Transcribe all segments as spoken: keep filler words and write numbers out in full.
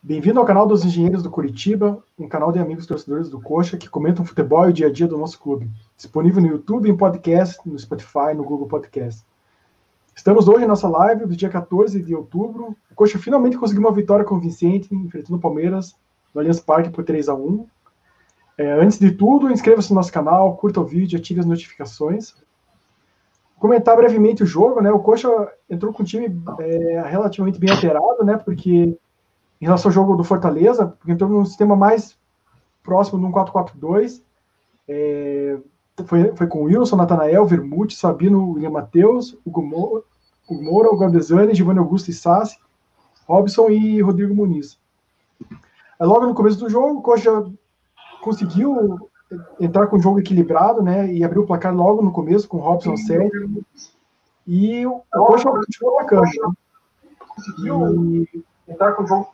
Bem-vindo ao canal dos Engenheiros do Curitiba, um canal de amigos torcedores do Coxa que comentam futebol e o dia a dia do nosso clube. Disponível no YouTube, em podcast, no Spotify, no Google Podcast. Estamos hoje em nossa live do dia quatorze de outubro. O Coxa finalmente conseguiu uma vitória convincente, enfrentando o Palmeiras no Allianz Parque por três a um. É, antes de tudo, inscreva-se no nosso canal, curta o vídeo, ative as notificações. Comentar brevemente o jogo, né? O Coxa entrou com o time é, relativamente bem alterado, né? Porque em relação ao jogo do Fortaleza, porque entrou num sistema mais próximo de um quatro quatro dois. É, foi, foi com Wilson, Natanael, Vermute, Sabino, William Matheus, Hugo Moura, Hugo Moura, o Galdesani, Giovanni Augusto e Sassi, Robson e Rodrigo Muniz. Aí, logo no começo do jogo, o Coxa conseguiu entrar com um jogo equilibrado, né, e abriu o placar logo no começo, com o Robson sete. E o Coxa continuou atacando, né? Conseguiu entrar com o jogo.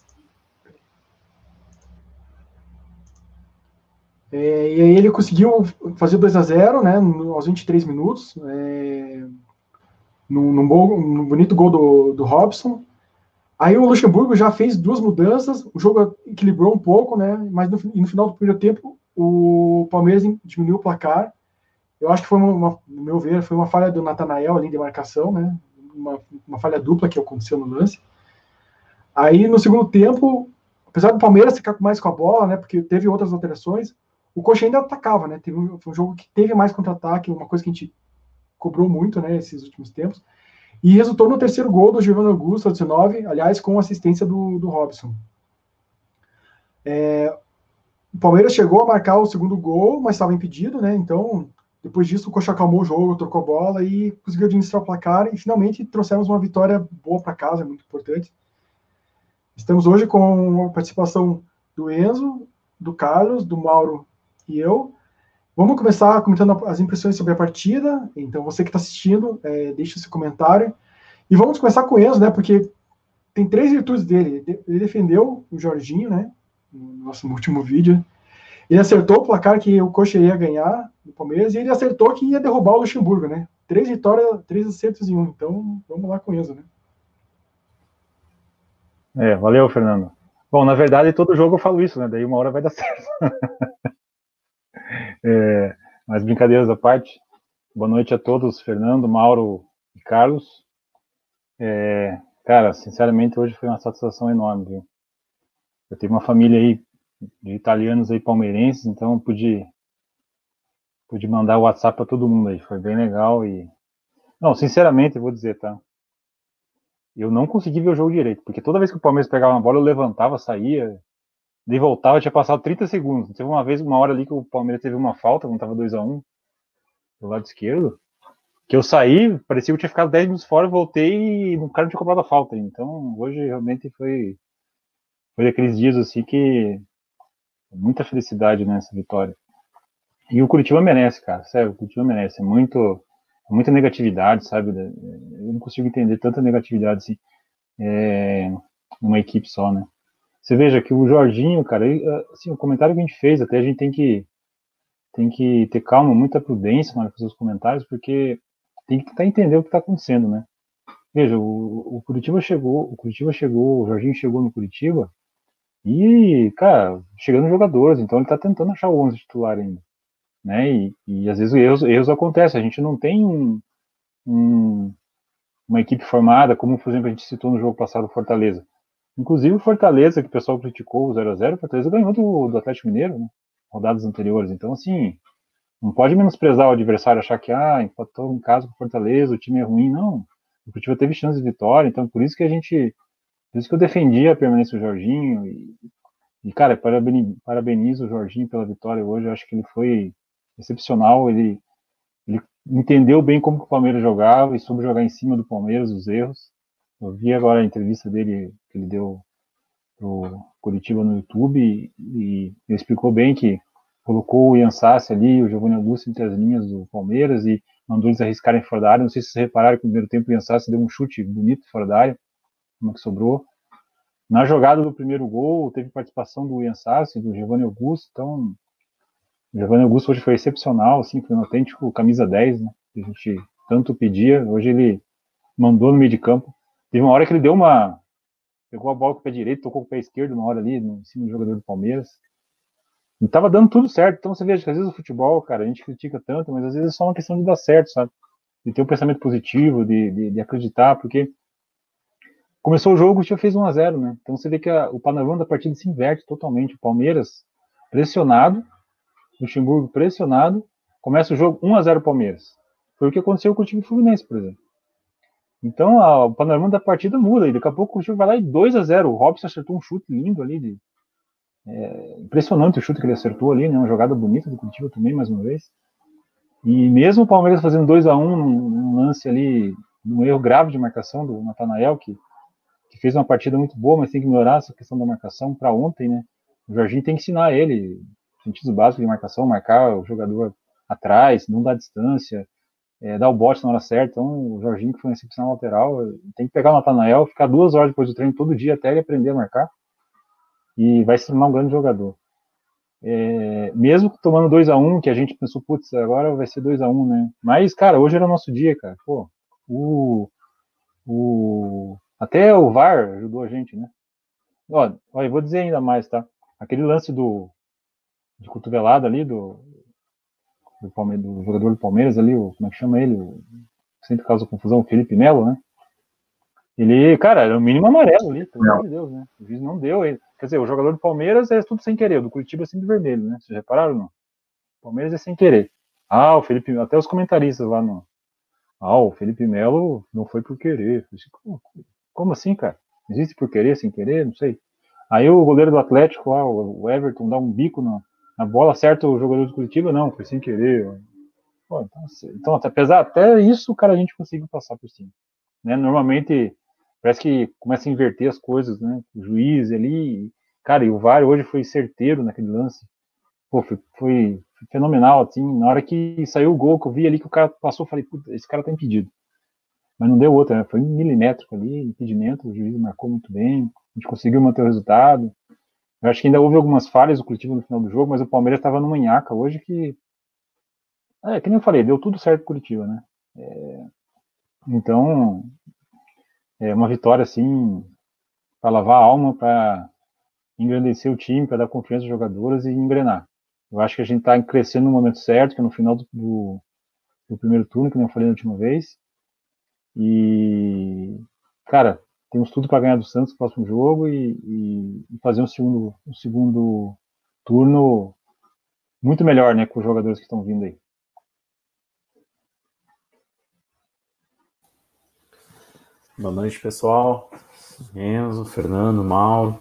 É, e aí ele conseguiu fazer dois a zero, né, aos vinte e três minutos, é, num, num, bom, num bonito gol do, do Robson. Aí o Luxemburgo já fez duas mudanças, o jogo equilibrou um pouco, né, mas no, no final do primeiro tempo o Palmeiras diminuiu o placar. Eu acho que foi, uma, uma, no meu ver, foi uma falha do Natanael ali de marcação, né, uma, uma falha dupla que aconteceu no lance. Aí no segundo tempo, apesar do Palmeiras ficar mais com a bola, né, porque teve outras alterações, o Coxa ainda atacava, né? Teve um, foi um jogo que teve mais contra-ataque, uma coisa que a gente cobrou muito, né, esses últimos tempos. E resultou no terceiro gol do Giovanni Augusto, aos dezenove, aliás, com assistência do, do Robson. É, o Palmeiras chegou a marcar o segundo gol, mas estava impedido, né? Então, depois disso, o Coxa acalmou o jogo, trocou a bola e conseguiu administrar o placar. E finalmente trouxemos uma vitória boa para casa, muito importante. Estamos hoje com a participação do Enzo, do Carlos, do Mauro e eu. Vamos começar comentando as impressões sobre a partida. Então, você que está assistindo, é, deixe o seu comentário. E vamos começar com o Enzo, né? Porque tem três virtudes dele. Ele defendeu o Jorginho, né? No nosso último vídeo. Ele acertou o placar que o Coxa ia ganhar no Palmeiras. E ele acertou que ia derrubar o Luxemburgo, né? Três vitórias, três acertos em um. Então, vamos lá com o Enzo, né? É, valeu, Fernando. Bom, na verdade, todo jogo eu falo isso, né? Daí uma hora vai dar certo. É, mas brincadeiras à parte, boa noite a todos, Fernando, Mauro e Carlos. É, cara, sinceramente, hoje foi uma satisfação enorme, viu? Eu tenho uma família aí de italianos aí palmeirenses, então pude, pude mandar o WhatsApp para todo mundo aí, foi bem legal e... Não, sinceramente, eu vou dizer, tá? Eu não consegui ver o jogo direito, porque toda vez que o Palmeiras pegava uma bola, eu levantava, saía, daí voltava, tinha passado trinta segundos. Teve uma vez, uma hora ali que o Palmeiras teve uma falta, quando tava dois a um do lado esquerdo, que eu saí, parecia que eu tinha ficado dez minutos fora, voltei e o cara não tinha cobrado a falta. Então, hoje realmente foi, foi daqueles dias assim que muita felicidade nessa vitória. E o Curitiba merece, cara, sério, o Curitiba merece. É muito, muita negatividade, sabe? Eu não consigo entender tanta negatividade assim, é, numa equipe só, né? Você veja que o Jorginho, cara, assim, o comentário que a gente fez, até a gente tem que tem que ter calma, muita prudência na hora de fazer os comentários, porque tem que tentar entender o que está acontecendo, né? Veja, o, o Curitiba chegou, o Curitiba chegou, o Jorginho chegou no Curitiba e, cara, chegando jogadores, então ele está tentando achar o onze titular ainda, né? E, e às vezes erros, erros acontecem, a gente não tem um, um, uma equipe formada, como, por exemplo, a gente citou no jogo passado, o Fortaleza. Inclusive o Fortaleza, que o pessoal criticou o zero a zero, o Fortaleza ganhou do, do Atlético Mineiro, né? Rodadas anteriores. Então, assim, não pode menosprezar o adversário, achar que, ah, empatou em casa com o Fortaleza, o time é ruim. Não. O Curitiba teve chance de vitória, então por isso que a gente, por isso que eu defendi a permanência do Jorginho. E, e cara, parabenizo o Jorginho pela vitória hoje. Eu acho que ele foi excepcional. Ele, ele entendeu bem como que o Palmeiras jogava e soube jogar em cima do Palmeiras, os erros. Eu vi agora a entrevista dele que ele deu pro Curitiba no YouTube e, e ele explicou bem que colocou o Ian Sassi ali, o Giovanni Augusto entre as linhas do Palmeiras e mandou eles arriscarem fora da área. Não sei se vocês repararam que no primeiro tempo o Ian Sassi deu um chute bonito fora da área, como que sobrou. Na jogada do primeiro gol, teve participação do Ian Sassi, do Giovanni Augusto, então o Giovanni Augusto hoje foi excepcional, assim, foi um autêntico camisa dez, né, que a gente tanto pedia. Hoje ele mandou no meio de campo. Teve uma hora que ele deu uma pegou a bola com o pé direito, tocou com o pé esquerdo uma hora ali, em cima do jogador do Palmeiras. E tava dando tudo certo. Então você veja que às vezes o futebol, cara, a gente critica tanto, mas às vezes é só uma questão de dar certo, sabe? De ter um pensamento positivo, de, de, de acreditar, porque começou o jogo, o Tia fez um a zero, né? Então você vê que a, o panorama da partida se inverte totalmente. O Palmeiras pressionado, o Luxemburgo pressionado, começa o jogo um a zero Palmeiras. Foi o que aconteceu com o time Fluminense, por exemplo. Então a, o panorama da partida muda, e daqui a pouco o time vai lá e dois a zero. O Robson acertou um chute lindo ali, de, é, impressionante o chute que ele acertou ali, né? Uma jogada bonita do Curitiba também, mais uma vez. E mesmo o Palmeiras fazendo dois a um num, num lance ali, num erro grave de marcação do Natanael, que, que fez uma partida muito boa, mas tem que melhorar essa questão da marcação para ontem, né? O Jorginho tem que ensinar ele sentidos básicos de marcação, marcar o jogador atrás, não dar distância, é, dar o bote na hora certa. Então, o Jorginho, que foi um excepcional lateral, tem que pegar o Natanael, ficar duas horas depois do treino todo dia até ele aprender a marcar, e vai se tornar um grande jogador. É, mesmo tomando dois a um, que a gente pensou, putz, agora vai ser dois a um, né? Mas, cara, hoje era o nosso dia, cara. Pô, o, o, até o V A R ajudou a gente, né? Ó, ó, eu vou dizer ainda mais, tá? Aquele lance do de cotovelada ali do, do, Palmeiras, do jogador do Palmeiras ali, o, como é que chama ele? O, sempre causa confusão, o Felipe Melo, né? Ele, cara, era o mínimo amarelo ali, pelo amor de Deus, né? O juiz não deu ele. Quer dizer, o jogador do Palmeiras é tudo sem querer, o do Curitiba é sempre vermelho, né? Vocês repararam, não? O Palmeiras é sem querer. Ah, o Felipe, até os comentaristas lá no. Ah, o Felipe Melo não foi por querer. Como, como assim, cara? Existe por querer, sem querer? Não sei. Aí o goleiro do Atlético lá, o Everton, dá um bico na, na bola, acerta o jogador do Curitiba, não, foi sem querer. Pô, então, então, apesar até isso, cara, a gente conseguiu passar por cima. Né? Normalmente, parece que começa a inverter as coisas, né? O juiz ali, cara, e o V A R hoje foi certeiro naquele lance. Pô, foi, foi fenomenal, assim, na hora que saiu o gol, que eu vi ali que o cara passou, eu falei, puta, esse cara tá impedido. Mas não deu outra, né? Foi um milimétrico ali, impedimento, o juiz marcou muito bem, a gente conseguiu manter o resultado. Eu acho que ainda houve algumas falhas do Curitiba no final do jogo, mas o Palmeiras estava numa nhaca hoje que, é, que nem eu falei, deu tudo certo pro Curitiba, né? É, então, é uma vitória, assim, para lavar a alma, para engrandecer o time, para dar confiança aos jogadores e engrenar. Eu acho que a gente está crescendo no momento certo, que é no final do, do, do primeiro turno, que eu falei na última vez. E, cara, temos tudo para ganhar do Santos no próximo jogo e, e, e fazer um segundo, um segundo turno muito melhor, né, com os jogadores que estão vindo aí. Boa noite, pessoal. Enzo, Fernando, Mauro.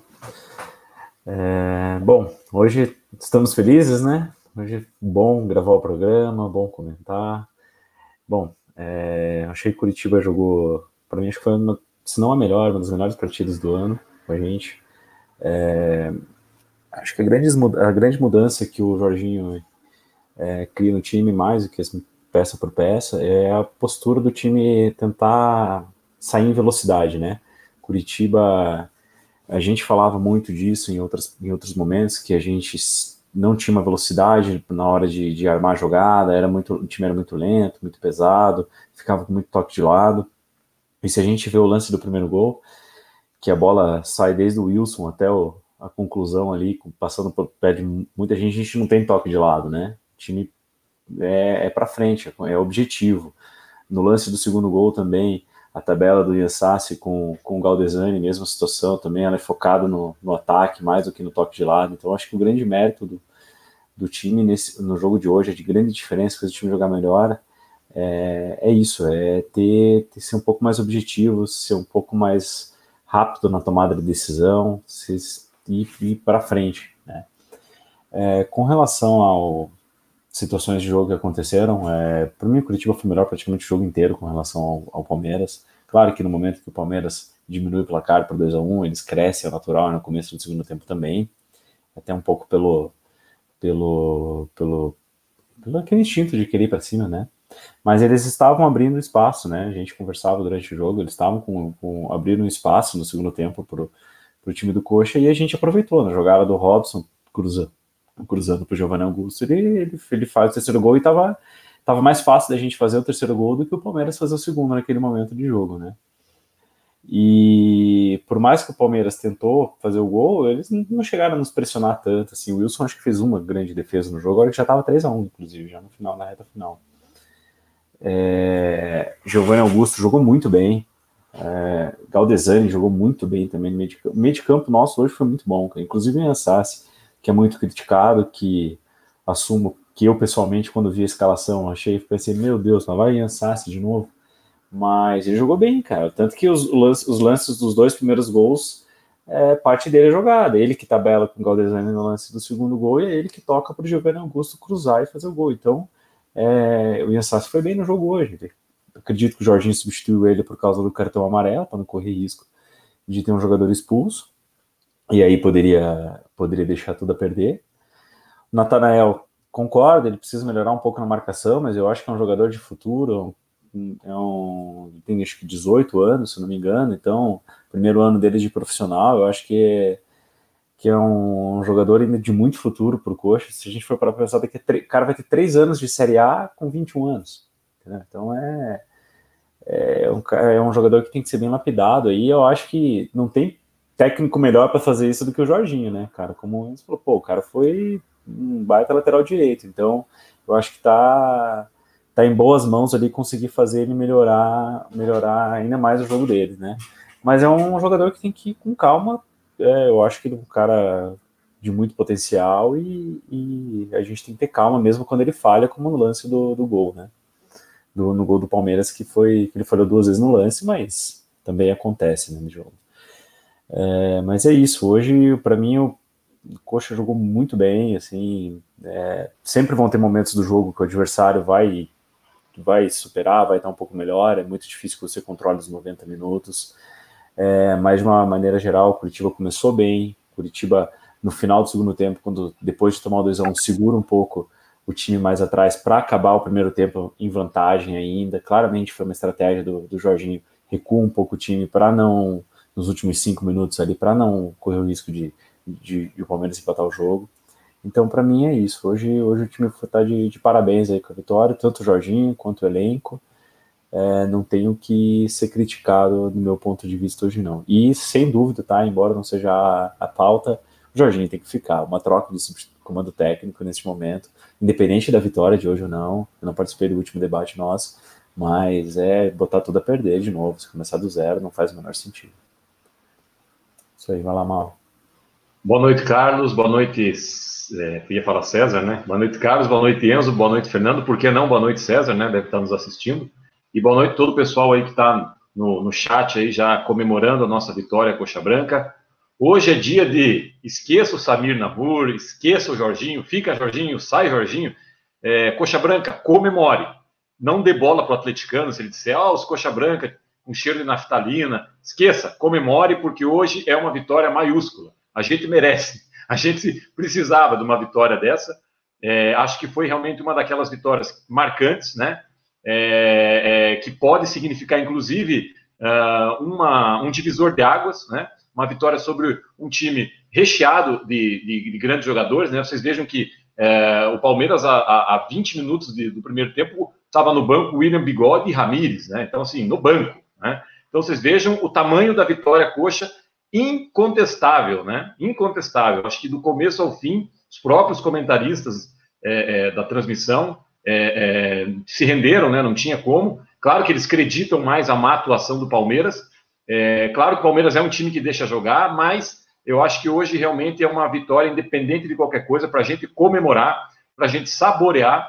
É, bom, hoje estamos felizes, né? Hoje é bom gravar o programa, bom comentar. Bom, é, achei que Curitiba jogou, para mim, acho que foi, uma, se não a melhor, uma das melhores partidas do ano com a gente. É, acho que a grande, a grande mudança que o Jorginho é, cria no time, mais do que peça por peça, é a postura do time tentar sair em velocidade, né? Curitiba, a gente falava muito disso em, outras, em outros momentos, que a gente não tinha uma velocidade na hora de, de armar a jogada, era muito, o time era muito lento, muito pesado, ficava com muito toque de lado. E se a gente vê o lance do primeiro gol, que a bola sai desde o Wilson até o, a conclusão ali, passando por pé de muita gente, a gente não tem toque de lado, né? O time é, é para frente, é objetivo. No lance do segundo gol também, a tabela do Ian Sassi com, com o Galdesani, mesma situação também, ela é focada no, no ataque mais do que no toque de lado. Então acho que o grande mérito do, do time nesse, no jogo de hoje, é de grande diferença, fez o time jogar melhor, é, é isso, é ter, ter ser um pouco mais objetivo, ser um pouco mais rápido na tomada de decisão, se, ir, ir para frente, né? É, com relação ao situações de jogo que aconteceram, é, para mim o Curitiba foi melhor praticamente o jogo inteiro com relação ao, ao Palmeiras. Claro que no momento que o Palmeiras diminui o placar para dois a um, eles crescem, é natural, no começo do segundo tempo também, até um pouco pelo pelo, pelo, pelo aquele instinto de querer ir para cima, né? Mas eles estavam abrindo espaço, né? A gente conversava durante o jogo, eles estavam com, com abrindo um espaço no segundo tempo pro, pro time do Coxa, e a gente aproveitou na jogada do Robson, cruzando cruzando para o Giovanni Augusto, ele, ele, ele faz o terceiro gol e tava, tava mais fácil da gente fazer o terceiro gol do que o Palmeiras fazer o segundo naquele momento de jogo, né? E por mais que o Palmeiras tentou fazer o gol, eles não chegaram a nos pressionar tanto, assim. O Wilson acho que fez uma grande defesa no jogo, agora que já estava três a um, inclusive, já no final, na reta final. É, Giovanni Augusto jogou muito bem, é, Galdesani jogou muito bem também no meio de campo. O meio de campo nosso hoje foi muito bom, cara. Inclusive o Ian Sassi, que é muito criticado, que assumo que eu pessoalmente, quando vi a escalação, achei, pensei, meu Deus, lá vai Ian Sassi de novo. Mas ele jogou bem, cara. Tanto que os, os lances dos dois primeiros gols, é, parte dele é jogada. Ele que tabela com o Galdesani no lance do segundo gol, e é ele que toca para o Giovanni Augusto cruzar e fazer o gol. Então, é, o Ian Sassi foi bem no jogo hoje. Eu acredito que o Jorginho substituiu ele por causa do cartão amarelo, para não correr risco de ter um jogador expulso. E aí poderia, poderia deixar tudo a perder. O Natanael, concordo, ele precisa melhorar um pouco na marcação, mas eu acho que é um jogador de futuro. É um, tem acho que dezoito anos, se não me engano, então primeiro ano dele de profissional, eu acho que é, que é um jogador ainda de muito futuro para o Coxa. Se a gente for para pensar, daqui a o cara vai ter três anos de Série A com vinte e um anos, entendeu? Então é, é, um, é um jogador que tem que ser bem lapidado aí. Eu acho que não tem técnico melhor para fazer isso do que o Jorginho, né, cara? Como você falou, pô, o cara foi um baita lateral direito, então eu acho que tá tá em boas mãos ali, conseguir fazer ele melhorar, melhorar ainda mais o jogo dele, né? Mas é um jogador que tem que ir com calma. É, eu acho que ele é um cara de muito potencial e, e a gente tem que ter calma mesmo quando ele falha, como no lance do, do gol, né? Do, no gol do Palmeiras, que foi que ele falhou duas vezes no lance, mas também acontece, né, no jogo. É, mas é isso. Hoje, para mim, o Coxa jogou muito bem, assim. É, sempre vão ter momentos do jogo que o adversário vai vai superar, vai estar um pouco melhor, é muito difícil que você controle os noventa minutos, é, mas de uma maneira geral, o Curitiba começou bem, Curitiba no final do segundo tempo, quando depois de tomar o dois a um, segura um pouco o time mais atrás para acabar o primeiro tempo em vantagem ainda. Claramente foi uma estratégia do, do Jorginho, recua um pouco o time para não, nos últimos cinco minutos ali, para não correr o risco de, de, de o Palmeiras empatar o jogo. Então, para mim, é isso. Hoje, hoje o time está de, de parabéns aí com a vitória, tanto o Jorginho quanto o elenco. É, não tenho que ser criticado do meu ponto de vista hoje, não. E, sem dúvida, tá? Embora não seja a, a pauta, o Jorginho tem que ficar. Uma troca de comando técnico nesse momento, independente da vitória de hoje ou não. Eu não participei do último debate nosso, mas é botar tudo a perder de novo. Se começar do zero, não faz o menor sentido. Isso aí, vai lá, Mal. Boa noite, Carlos. Boa noite... É, eu ia falar César, né? Boa noite, Carlos. Boa noite, Enzo. Boa noite, Fernando. Por que não? Boa noite, César, né? Deve estar nos assistindo. E boa noite a todo o pessoal aí que está no, no chat aí, já comemorando a nossa vitória Coxa Branca. Hoje é dia de esqueça o Samir Nabur, esqueça o Jorginho, fica Jorginho, sai Jorginho. É, Coxa Branca, comemore. Não dê bola para o atleticano se ele disser, ah, os Coxa Branca com cheiro de naftalina. Esqueça, comemore, porque hoje é uma vitória maiúscula. A gente merece. A gente precisava de uma vitória dessa. É, acho que foi realmente uma daquelas vitórias marcantes, né? É, é, que pode significar, inclusive, uh, uma, um divisor de águas, né? Uma vitória sobre um time recheado de, de, de grandes jogadores, né? Vocês vejam que é, o Palmeiras, há, há vinte minutos de, do primeiro tempo, estava no banco William Bigode e Ramírez, né? Então, assim, no banco, né? Então, vocês vejam o tamanho da vitória coxa, incontestável, né? Incontestável. Acho que do começo ao fim, os próprios comentaristas é, é, da transmissão é, é, se renderam, né? Não tinha como. Claro que eles acreditam mais a má atuação do Palmeiras. É, claro que o Palmeiras é um time que deixa jogar, mas eu acho que hoje realmente é uma vitória independente de qualquer coisa para a gente comemorar, para a gente saborear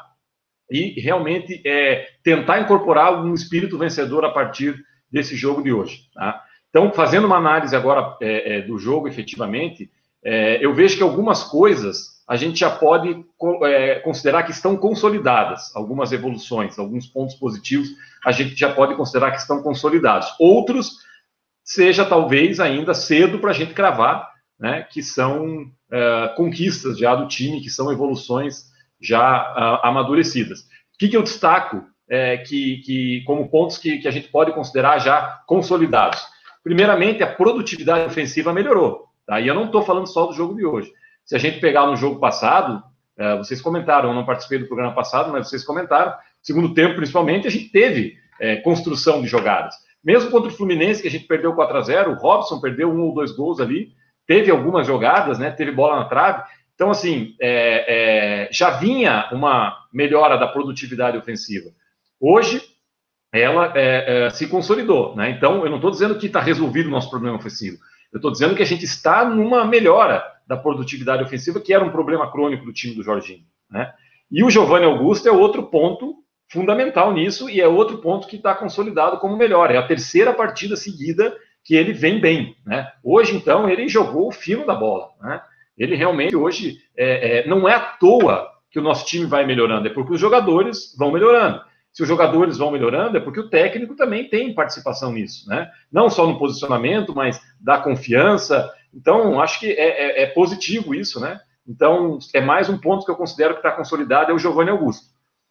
e realmente é, tentar incorporar um espírito vencedor a partir desse jogo de hoje, tá? Então, fazendo uma análise agora é, é, do jogo, efetivamente, é, eu vejo que algumas coisas a gente já pode é, considerar que estão consolidadas. Algumas evoluções, alguns pontos positivos, a gente já pode considerar que estão consolidados. Outros, seja talvez ainda cedo para a gente cravar, né, que são é, conquistas já do time, que são evoluções já a, amadurecidas. O que, que eu destaco é, que, que, como pontos que, que a gente pode considerar já consolidados? Primeiramente, a produtividade ofensiva melhorou. Tá? E eu não estou falando só do jogo de hoje. Se a gente pegar no jogo passado, é, vocês comentaram, eu não participei do programa passado, mas vocês comentaram, segundo tempo, principalmente, a gente teve é, construção de jogadas. Mesmo contra o Fluminense, que a gente perdeu quatro a zero, o Robson perdeu um ou dois gols ali, teve algumas jogadas, né? Teve bola na trave. Então, assim, é, é, já vinha uma melhora da produtividade ofensiva. Hoje, ela é, é, se consolidou, né? Então, eu não estou dizendo que está resolvido o nosso problema ofensivo. Eu estou dizendo que a gente está numa melhora da produtividade ofensiva, que era um problema crônico do time do Jorginho, né? E o Giovanni Augusto é outro ponto fundamental nisso, e é outro ponto que está consolidado como melhor. É a terceira partida seguida que ele vem bem, né? Hoje, então, ele jogou o fino da bola, né? Ele realmente, hoje, é, é, não é à toa que o nosso time vai melhorando, é porque os jogadores vão melhorando. Se os jogadores vão melhorando, é porque o técnico também tem participação nisso, né? Não só no posicionamento, mas da confiança. Então, acho que é, é, é positivo isso, né? Então, é mais um ponto que eu considero que está consolidado, é o Giovanni Augusto.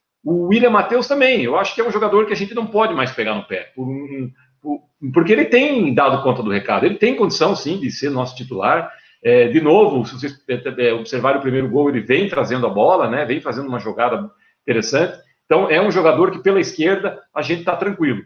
O William Matheus também, eu acho que é um jogador que a gente não pode mais pegar no pé, por um, por, porque ele tem dado conta do recado, ele tem condição, sim, de ser nosso titular. É, de novo, se vocês observarem o primeiro gol, ele vem trazendo a bola, né? Vem fazendo uma jogada interessante. Então, é um jogador que, pela esquerda, a gente está tranquilo.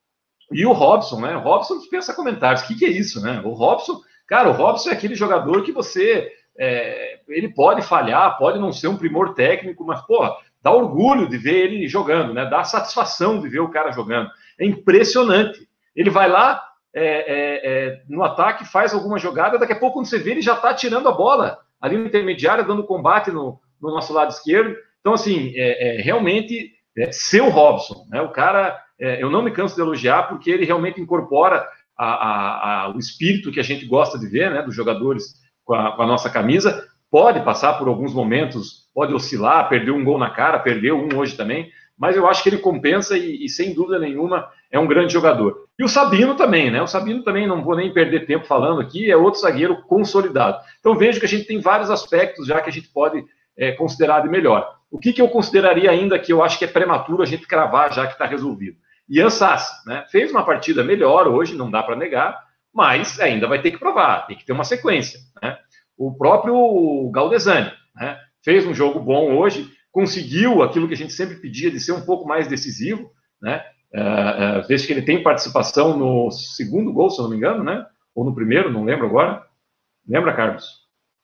E o Robson, né? O Robson dispensa comentários. O que, que é isso, né? O Robson, cara, o Robson é aquele jogador que você... É, ele pode falhar, pode não ser um primor técnico, mas, pô, dá orgulho de ver ele jogando, né? Dá satisfação de ver o cara jogando. É impressionante. Ele vai lá, é, é, é, no ataque, faz alguma jogada, daqui a pouco, quando você vê, ele já está tirando a bola ali no intermediário, dando combate no, no nosso lado esquerdo. Então, assim, é, é, realmente, é, seu Robson, né? O cara, é, eu não me canso de elogiar, porque ele realmente incorpora a, a, a, o espírito que a gente gosta de ver, né? Dos jogadores com a, com a nossa camisa. Pode passar por alguns momentos, pode oscilar, perdeu um gol na cara, perdeu um hoje também, mas eu acho que ele compensa e, e sem dúvida nenhuma, é um grande jogador. E o Sabino também, né? O Sabino também, não vou nem perder tempo falando aqui, é outro zagueiro consolidado. Então, vejo que a gente tem vários aspectos já que a gente pode é, considerar de melhor. O que, que eu consideraria ainda que eu acho que é prematuro a gente cravar já que está resolvido? Ian Sassi, né? Fez uma partida melhor hoje, não dá para negar, mas ainda vai ter que provar, tem que ter uma sequência, né? O próprio Galdesani, né? Fez um jogo bom hoje, conseguiu aquilo que a gente sempre pedia de ser um pouco mais decisivo, né? Uh, uh, vejo que ele tem participação no segundo gol, se eu não me engano, né? Ou no primeiro, não lembro agora. Lembra, Carlos?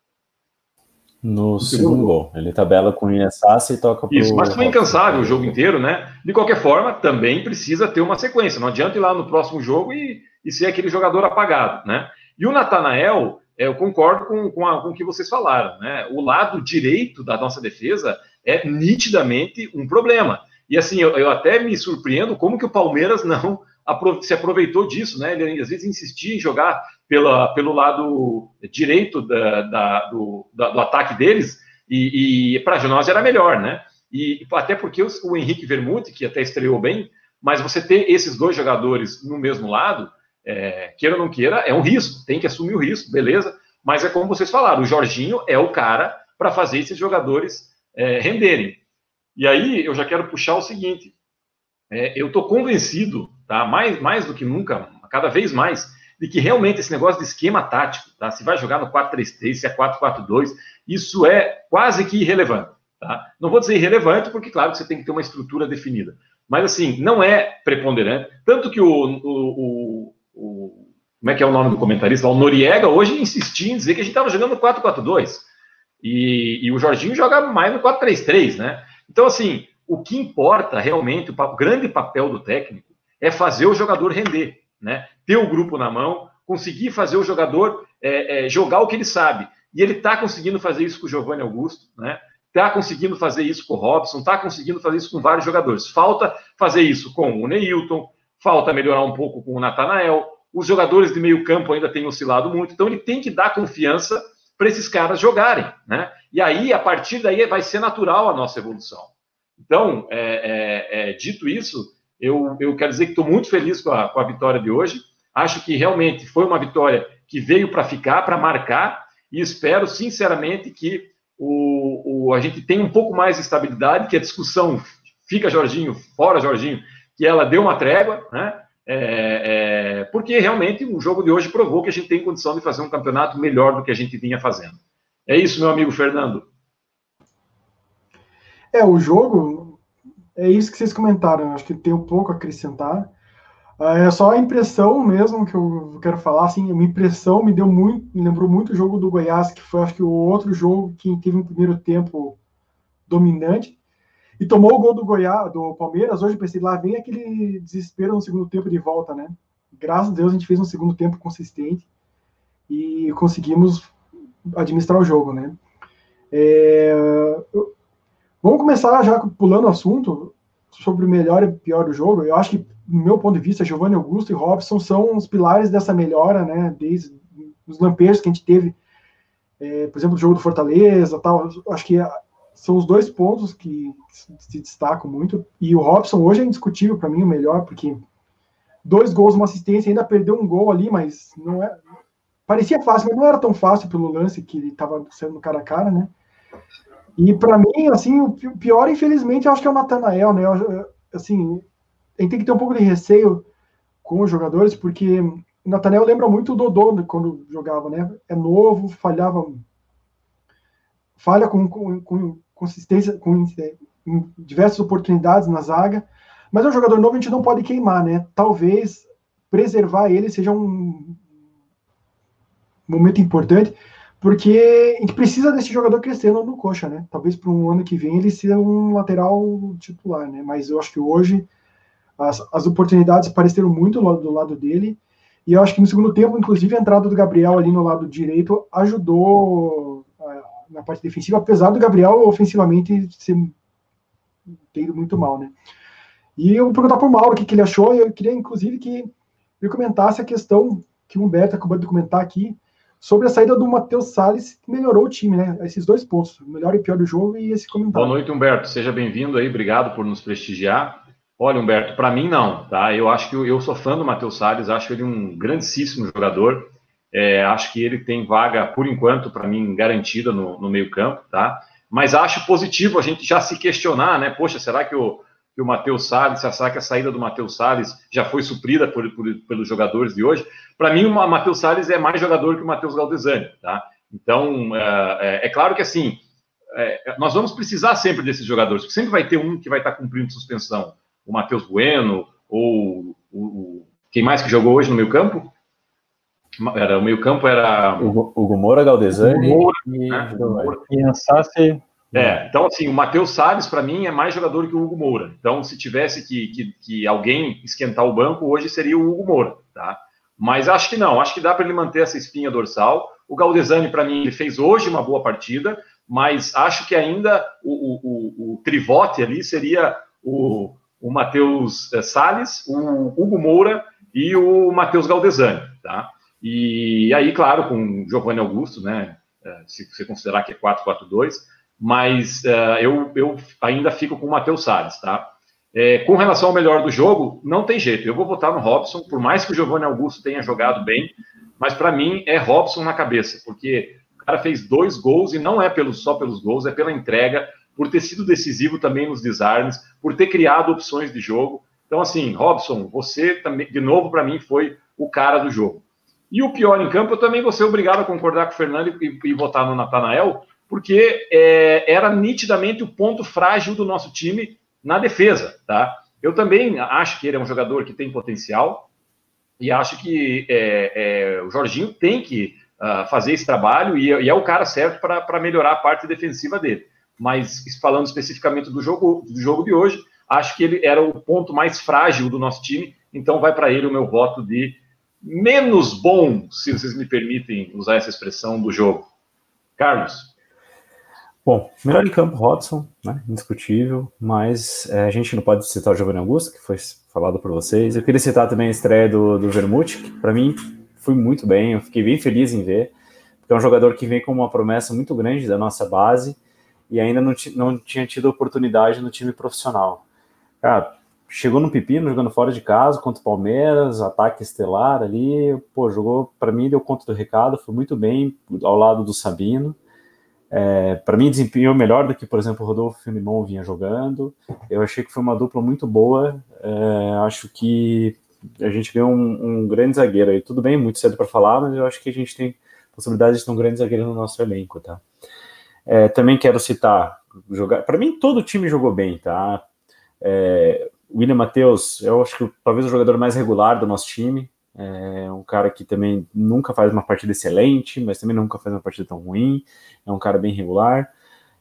No, no segundo, segundo gol. Ele tabela com o Inesassi e toca pro... Isso, mas foi incansável o jogo inteiro, né? De qualquer forma, também precisa ter uma sequência. Não adianta ir lá no próximo jogo e, e ser aquele jogador apagado, né? E o Natanael, eu concordo com, com, a, com o que vocês falaram, né? O lado direito da nossa defesa é nitidamente um problema. E assim, eu, eu até me surpreendo como que o Palmeiras não se aproveitou disso, né? Ele às vezes insistia em jogar pela, pelo lado direito da, da, do, da, do ataque deles, e, e para nós era melhor, né? E até porque o, o Henrique Vermute, que até estreou bem, mas você ter esses dois jogadores no mesmo lado, é, queira ou não queira, é um risco, tem que assumir o risco, beleza? Mas é como vocês falaram, o Jorginho é o cara para fazer esses jogadores é, renderem. E aí eu já quero puxar o seguinte, é, eu estou convencido, tá, mais, mais do que nunca, cada vez mais, de que realmente esse negócio de esquema tático, tá, se vai jogar no quatro três três, se é quatro quatro dois, isso é quase que irrelevante. Tá? Não vou dizer irrelevante, porque claro que você tem que ter uma estrutura definida, mas assim, não é preponderante, tanto que o, o, o, o como é que é o nome do comentarista? O Noriega hoje insistia em dizer que a gente estava jogando no quatro quatro dois, e, e o Jorginho joga mais no quatro três três, né? Então, assim, o que importa realmente, o grande papel do técnico é fazer o jogador render, né? Ter o grupo na mão, conseguir fazer o jogador é, é, jogar o que ele sabe. E ele está conseguindo fazer isso com o Giovanni Augusto, né? Está conseguindo fazer isso com o Robson, está conseguindo fazer isso com vários jogadores. Falta fazer isso com o Neilton, falta melhorar um pouco com o Natanael. Os jogadores de meio campo ainda têm oscilado muito, então ele tem que dar confiança para esses caras jogarem, né? E aí, a partir daí, vai ser natural a nossa evolução. Então, é, é, é, dito isso, eu, eu quero dizer que estou muito feliz com a, com a vitória de hoje. Acho que realmente foi uma vitória que veio para ficar, para marcar, e espero, sinceramente, que o, o, a gente tenha um pouco mais de estabilidade, que a discussão fica Jorginho, fora Jorginho, que ela deu uma trégua, né? É, é, porque realmente o jogo de hoje provou que a gente tem condição de fazer um campeonato melhor do que a gente vinha fazendo. É isso, meu amigo Fernando. É, o jogo, é isso que vocês comentaram, acho que tem um pouco a acrescentar. É só a impressão mesmo que eu quero falar, assim, uma impressão me deu muito, me lembrou muito o jogo do Goiás, que foi, acho que, o outro jogo que teve um primeiro tempo dominante, e tomou o gol do Goiás, do Palmeiras. Hoje eu pensei, lá vem aquele desespero no segundo tempo de volta, né? Graças a Deus a gente fez um segundo tempo consistente e conseguimos administrar o jogo, né? É... Vamos começar já pulando o assunto sobre o melhor e pior do jogo. Eu acho que, no meu ponto de vista, Giovanni Augusto e Robson são os pilares dessa melhora, né? Desde os lampejos que a gente teve, é, por exemplo, o jogo do Fortaleza, tal. Acho que são os dois pontos que se destacam muito. E o Robson hoje é indiscutível para mim o melhor, porque dois gols, uma assistência, ainda perdeu um gol ali, mas não é. Parecia fácil, mas não era tão fácil pelo lance que ele estava sendo cara a cara, né? E para mim, assim, o pior, infelizmente, eu acho que é o Natanael, né? Eu, assim, a gente tem que ter um pouco de receio com os jogadores, porque o Natanael lembra muito o Dodô quando jogava, né? É novo, falhava, falha com, com, com consistência, com é, em diversas oportunidades na zaga, mas é um jogador novo, a gente não pode queimar, né? Talvez preservar ele seja um momento importante, porque a gente precisa desse jogador crescendo no Coxa, né? Talvez para um ano que vem ele seja um lateral titular, né? Mas eu acho que hoje as, as oportunidades pareceram muito do lado, do lado dele, e eu acho que no segundo tempo, inclusive, a entrada do Gabriel ali no lado direito ajudou a, na parte defensiva, apesar do Gabriel ofensivamente ser, ter ido muito mal, né? E eu vou perguntar para o Mauro o que, que ele achou, e eu queria, inclusive, que ele comentasse a questão que o Humberto acabou de comentar aqui, sobre a saída do Matheus Salles, que melhorou o time, né? Esses dois pontos, o melhor e pior do jogo, e esse comentário. Boa noite, Humberto. Seja bem-vindo aí, obrigado por nos prestigiar. Olha, Humberto, para mim não, tá? Eu acho que eu, eu sou fã do Matheus Salles, acho ele um grandíssimo jogador. É, acho que ele tem vaga, por enquanto, para mim, garantida no, no meio-campo, tá? Mas acho positivo a gente já se questionar, né? Poxa, será que o, que o Matheus Salles, será que a saída do Matheus Salles já foi suprida por, por, pelos jogadores de hoje? Para mim, o Matheus Salles é mais jogador que o Matheus Galdesani, tá? Então, é, é claro que assim, é, nós vamos precisar sempre desses jogadores, porque sempre vai ter um que vai estar cumprindo suspensão. O Matheus Bueno, ou o, o, quem mais que jogou hoje no meio campo? Era, o meio campo era... Hugo, Hugo Moura, Galdesani Moura, e... né? E Ansassi... É, então assim, o Matheus Salles, para mim, é mais jogador que o Hugo Moura. Então, se tivesse que, que, que alguém esquentar o banco, hoje seria o Hugo Moura, tá? Mas acho que não, acho que dá para ele manter essa espinha dorsal. O Galdesani, para mim, ele fez hoje uma boa partida, mas acho que ainda o, o, o, o trivote ali seria o, o Matheus Salles, o Hugo Moura e o Matheus Galdesani, tá? E aí, claro, com o Giovanni Augusto, né? Se você considerar que é quatro quatro dois, mas uh, eu, eu ainda fico com o Matheus Salles, tá? É, com relação ao melhor do jogo, não tem jeito, eu vou votar no Robson, por mais que o Giovanni Augusto tenha jogado bem, mas para mim é Robson na cabeça, porque o cara fez dois gols, e não é pelo, só pelos gols, é pela entrega, por ter sido decisivo também nos desarmes, por ter criado opções de jogo. Então assim, Robson, você também, de novo, para mim, foi o cara do jogo. E o pior em campo, eu também vou ser obrigado a concordar com o Fernando e, e votar no Natanael, porque é, era nitidamente o ponto frágil do nosso time na defesa, tá? Eu também acho que ele é um jogador que tem potencial e acho que é, é, o Jorginho tem que uh, fazer esse trabalho e, e é o cara certo para melhorar a parte defensiva dele. Mas falando especificamente do jogo, do jogo de hoje, acho que ele era o ponto mais frágil do nosso time, então vai para ele o meu voto de menos bom, se vocês me permitem usar essa expressão, do jogo. Carlos? Bom, melhor em campo, Robson, né, indiscutível, mas é, a gente não pode citar o Giovanni Augusto, que foi falado por vocês. Eu queria citar também a estreia do, do Vermute, que para mim foi muito bem, eu fiquei bem feliz em ver, porque é um jogador que vem com uma promessa muito grande da nossa base e ainda não, não tinha tido oportunidade no time profissional. Cara, chegou no pepino, jogando fora de casa, contra o Palmeiras, ataque estelar ali, pô, jogou, para mim, deu conta do recado, foi muito bem ao lado do Sabino. É, para mim desempenhou melhor do que, por exemplo, o Rodolfo Filimon vinha jogando. Eu achei que foi uma dupla muito boa. É, acho que a gente ganhou um, um grande zagueiro aí. Tudo bem, muito cedo para falar, mas eu acho que a gente tem possibilidade de ter um grande zagueiro no nosso elenco, tá? É, também quero citar jogar. Para mim todo o time jogou bem, tá? É, William Matheus, eu acho que talvez o jogador mais regular do nosso time. É um cara que também nunca faz uma partida excelente, mas também nunca faz uma partida tão ruim. É um cara bem regular.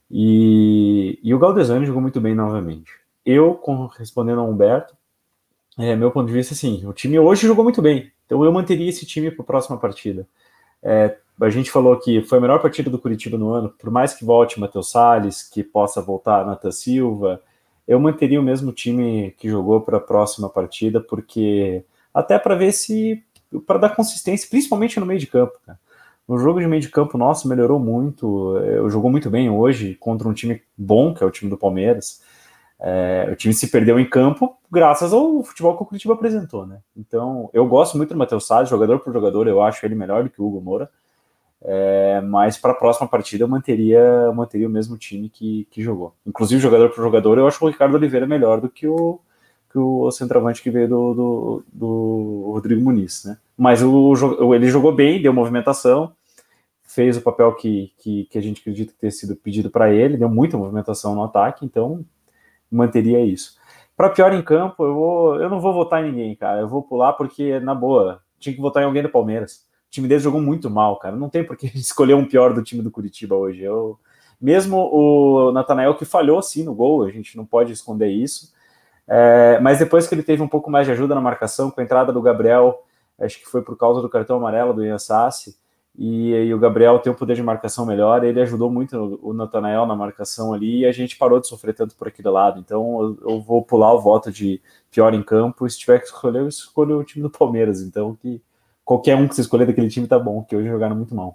E, e o Galdesani jogou muito bem novamente. Eu, com, respondendo ao Humberto, é, meu ponto de vista, assim, o time hoje jogou muito bem. Então eu manteria esse time para a próxima partida. É, a gente falou que foi a melhor partida do Curitiba no ano, por mais que volte Matheus Salles, que possa voltar Nathan Silva, eu manteria o mesmo time que jogou para a próxima partida, porque até para ver se, para dar consistência, principalmente no meio de campo, cara. O jogo de meio de campo nosso melhorou muito, eu jogou muito bem hoje contra um time bom, que é o time do Palmeiras. É, o time se perdeu em campo graças ao futebol que o Curitiba apresentou, né? Então, eu gosto muito do Matheus Salles, jogador por jogador, eu acho ele melhor do que o Hugo Moura. É, mas para a próxima partida eu manteria, eu manteria o mesmo time que, que jogou. Inclusive, jogador por jogador, eu acho o Ricardo Oliveira melhor do que o, que o centroavante que veio do, do, do Rodrigo Muniz, né? Mas o, ele jogou bem, deu movimentação, fez o papel que, que, que a gente acredita que ter sido pedido para ele, deu muita movimentação no ataque, então manteria isso. Para pior em campo, eu, vou, eu não vou votar em ninguém, cara. Eu vou pular porque, na boa, tinha que votar em alguém do Palmeiras. O time deles jogou muito mal, cara. Não tem por que escolher um pior do time do Curitiba hoje. Eu, mesmo o Natanael, que falhou sim no gol, a gente não pode esconder isso. É, mas depois que ele teve um pouco mais de ajuda na marcação, com a entrada do Gabriel, acho que foi por causa do cartão amarelo do Ian Sassi, e, e o Gabriel tem um poder de marcação melhor, ele ajudou muito o Natanael na marcação ali, e a gente parou de sofrer tanto por aquele lado. Então eu, eu vou pular o voto de pior em campo, e se tiver que escolher, eu escolho o time do Palmeiras. Então que qualquer um que você escolher daquele time tá bom, que hoje jogaram muito mal.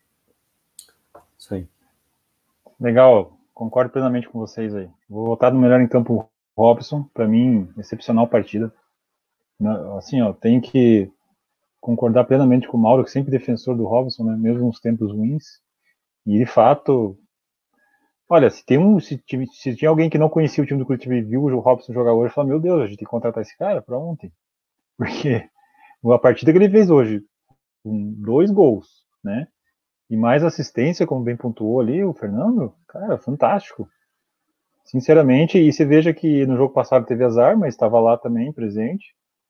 Isso aí. Legal, concordo plenamente com vocês aí. Vou votar no melhor em campo Robson, para mim, excepcional partida. Assim, ó, tem que concordar plenamente com o Mauro, que sempre defensor do Robson, né, mesmo nos tempos ruins. E de fato, olha, se tem um, se, se tinha alguém que não conhecia o time do Curitiba e viu o Robson jogar hoje, fala, meu Deus, a gente tem que contratar esse cara para ontem. Porque a partida que ele fez hoje, com dois gols, né, e mais assistência, como bem pontuou ali o Fernando, cara, fantástico. Sinceramente, e você veja que no jogo passado teve azar, mas estava lá também, presente.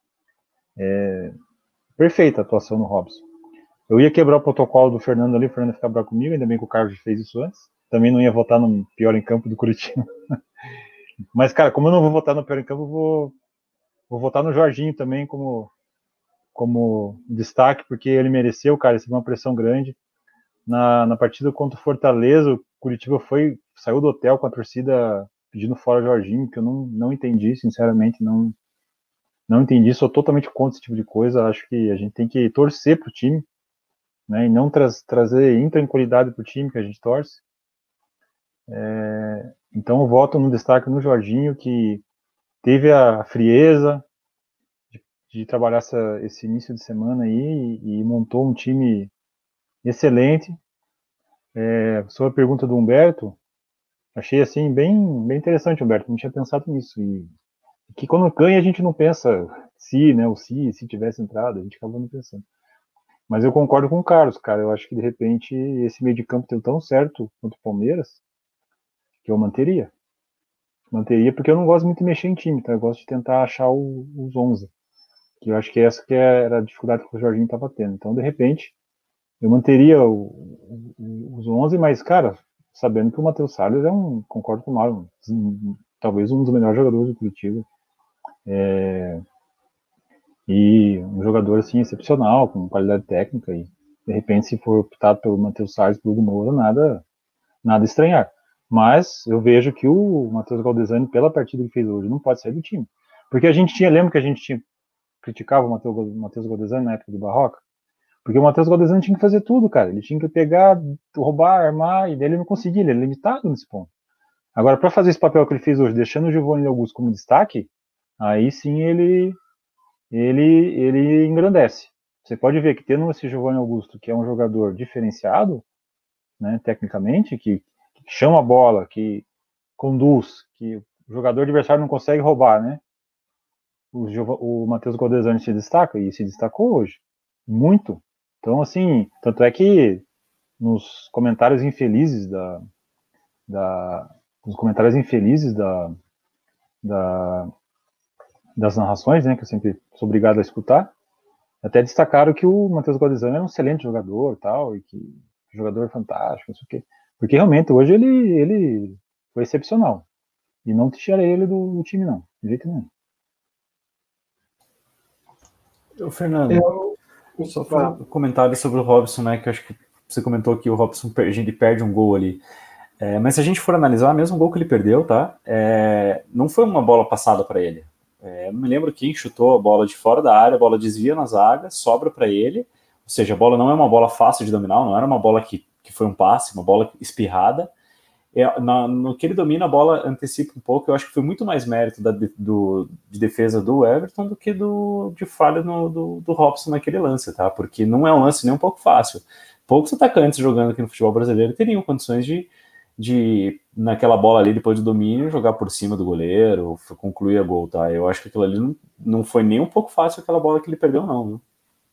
É, perfeita a atuação no Robson. Eu ia quebrar o protocolo do Fernando ali, o Fernando ia ficar bravo comigo, ainda bem que o Carlos fez isso antes. Também não ia votar no pior em campo do Curitiba. Mas, cara, como eu não vou votar no pior em campo, eu vou, vou votar no Jorginho também como, como destaque, porque ele mereceu, cara, recebeu uma pressão grande. Na, na partida contra o Fortaleza, o Curitiba foi, saiu do hotel com a torcida pedindo fora o Jorginho, que eu não, não entendi, sinceramente, não, não entendi, sou totalmente contra esse tipo de coisa. Acho que a gente tem que torcer pro time, né, e não tra trazer intranquilidade pro time que a gente torce. É, então eu voto no destaque no Jorginho, que teve a frieza de, de trabalhar essa, esse início de semana aí e, e montou um time excelente. É, sobre a pergunta do Humberto, achei assim bem, bem interessante, Humberto, não tinha pensado nisso. E que quando ganha a gente não pensa se, né, ou se, se tivesse entrado, a gente acaba não pensando. Mas eu concordo com o Carlos, cara, eu acho que de repente esse meio de campo deu tão certo contra o Palmeiras que eu manteria. Manteria porque eu não gosto muito de mexer em time, tá? Eu gosto de tentar achar o, os onze. Que eu acho que essa que era a dificuldade que o Jorginho estava tendo. Então, de repente, eu manteria o, o, os onze, mas, cara, sabendo que o Matheus Salles é um, concordo com o Mauro, um, talvez um dos melhores jogadores do Curitiba. É, e um jogador, assim, excepcional, com qualidade técnica. E, de repente, se for optado pelo Matheus Salles, pelo Hugo Moura, nada, nada estranhar. Mas eu vejo que o Matheus Galdesani, pela partida que fez hoje, não pode sair do time. Porque a gente tinha, lembra que a gente tinha, criticava o Matheus Galdesani na época do Barroca? Porque o Matheus Galdesani tinha que fazer tudo, cara. Ele tinha que pegar, roubar, armar, e daí ele não conseguia, ele é limitado nesse ponto. Agora, para fazer esse papel que ele fez hoje, deixando o Giovanni Augusto como destaque, aí sim ele, ele, ele engrandece. Você pode ver que tendo esse Giovanni Augusto, que é um jogador diferenciado, né, tecnicamente, que que chama a bola, que conduz, que o jogador adversário não consegue roubar, né? O, o Matheus Galdesani se destaca, e se destacou hoje, muito. Então, assim, tanto é que nos comentários infelizes da, da nos comentários infelizes da, da das narrações, né, que eu sempre sou obrigado a escutar, até destacaram que o Matheus Galdesano era um excelente jogador, tal, e que jogador fantástico, não sei o quê. Porque realmente hoje ele, ele foi excepcional. E não tirei ele do, do time, não, de jeito nenhum. Ô, Fernando, Eu, só fazer um comentário sobre o Robson, né, que eu acho que você comentou que o Robson ele perde um gol ali. É, mas se a gente for analisar, mesmo gol que ele perdeu, tá? É, não foi uma bola passada para ele. É, eu não me lembro quem chutou a bola de fora da área, a bola desvia na zaga, sobra para ele. Ou seja, a bola não é uma bola fácil de dominar, não era uma bola que, que foi um passe, uma bola espirrada. É, na, no que ele domina, a bola antecipa um pouco. Eu acho que foi muito mais mérito da, do, de defesa do Everton do que do, de falha no, do, do Robson naquele lance, tá? Porque não é um lance nem um pouco fácil. Poucos atacantes jogando aqui no futebol brasileiro teriam condições de de, naquela bola ali, depois do domínio, jogar por cima do goleiro, concluir a gol, tá? Eu acho que aquilo ali não, não foi nem um pouco fácil aquela bola que ele perdeu, não, viu?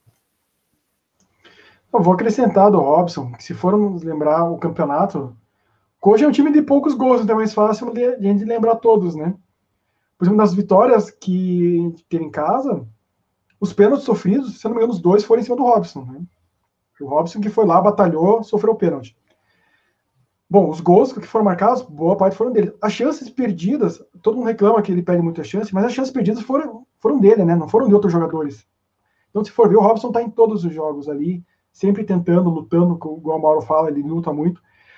Eu vou acrescentar do Robson, que se formos lembrar o campeonato, hoje é um time de poucos gols, então é mais fácil de a gente lembrar todos, né? Por exemplo, das vitórias que teve em casa, os pênaltis sofridos, se não me engano, os dois foram em cima do Robson, né? O Robson que foi lá, batalhou, sofreu o pênalti. Bom, os gols que foram marcados, boa parte foram dele. As chances perdidas, todo mundo reclama que ele perde muita chance, mas as chances perdidas foram, foram dele, né? Não foram de outros jogadores. Então, se for ver, o Robson está em todos os jogos ali, sempre tentando, lutando, igual o Mauro fala, ele luta muito.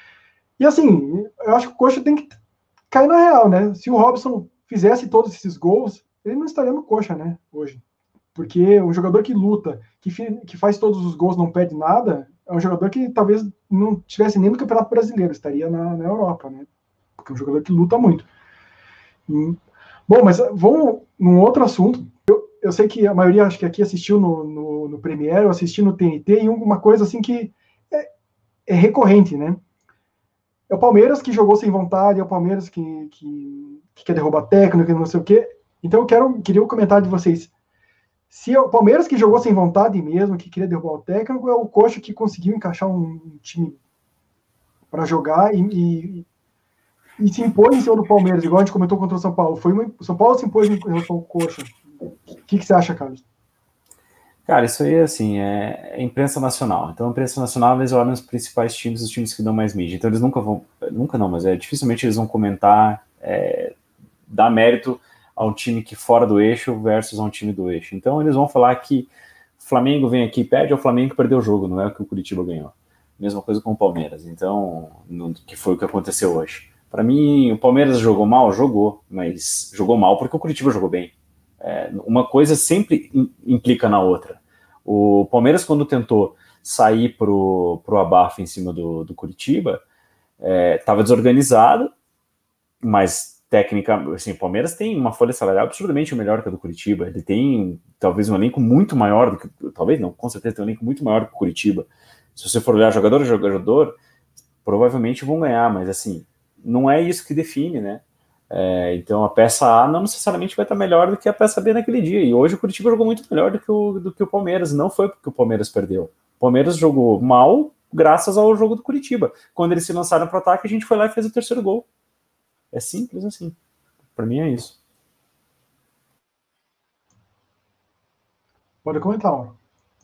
E assim, eu acho que o Coxa tem que cair na real, né? Se o Robson fizesse todos esses gols, ele não estaria no Coxa, né? Hoje. Porque um jogador que luta, que, que faz todos os gols, não perde nada, é um jogador que talvez não tivesse nem no Campeonato Brasileiro, estaria na, na Europa, né? Porque é um jogador que luta muito. Hum. Bom, mas vamos num outro assunto. Eu, eu sei que a maioria, acho que aqui assistiu no, no, no Premiere, ou assistiu no T N T, e uma coisa assim que é, é recorrente, né? É o Palmeiras que jogou sem vontade, é o Palmeiras que, que, que quer derrubar técnico, que não sei o quê. Então eu quero, queria o comentário de vocês. Se é o Palmeiras que jogou sem vontade mesmo, que queria derrubar o técnico, é o Coxa que conseguiu encaixar um time para jogar e, e, e se impôs em cima do Palmeiras, igual a gente comentou contra o São Paulo. Foi uma, o São Paulo se impôs em relação ao Coxa. O que, que você acha, Carlos? Cara, isso aí, assim, é, é imprensa nacional. Então, a imprensa nacional, eles olham os principais times, os times que dão mais mídia. Então, eles nunca vão, nunca não, mas é, dificilmente eles vão comentar, é, dar mérito a um time que fora do eixo versus a um time do eixo. Então, eles vão falar que o Flamengo vem aqui e perde, é o Flamengo que perdeu o jogo, não é o que o Curitiba ganhou. Mesma coisa com o Palmeiras. Então, no, que foi o que aconteceu hoje. Para mim, o Palmeiras jogou mal? Jogou, mas jogou mal porque o Curitiba jogou bem. É, uma coisa sempre implica na outra. O Palmeiras, quando tentou sair pro, pro abafo em cima do, do Curitiba, estava é, desorganizado, mas técnica, assim, o Palmeiras tem uma folha salarial absurdamente melhor que a do Curitiba. Ele tem talvez um elenco muito maior do que, talvez não, com certeza tem um elenco muito maior que o Curitiba. Se você for olhar jogador a jogador, provavelmente vão ganhar, mas assim, não é isso que define, né? É, então a peça A não necessariamente vai estar melhor do que a peça B naquele dia, e hoje o Curitiba jogou muito melhor do que o, do que o Palmeiras, não foi porque o Palmeiras perdeu. O Palmeiras jogou mal graças ao jogo do Curitiba. Quando eles se lançaram para o ataque, a gente foi lá e fez o terceiro gol. É simples assim. Para mim é isso. Pode comentar, Mauro.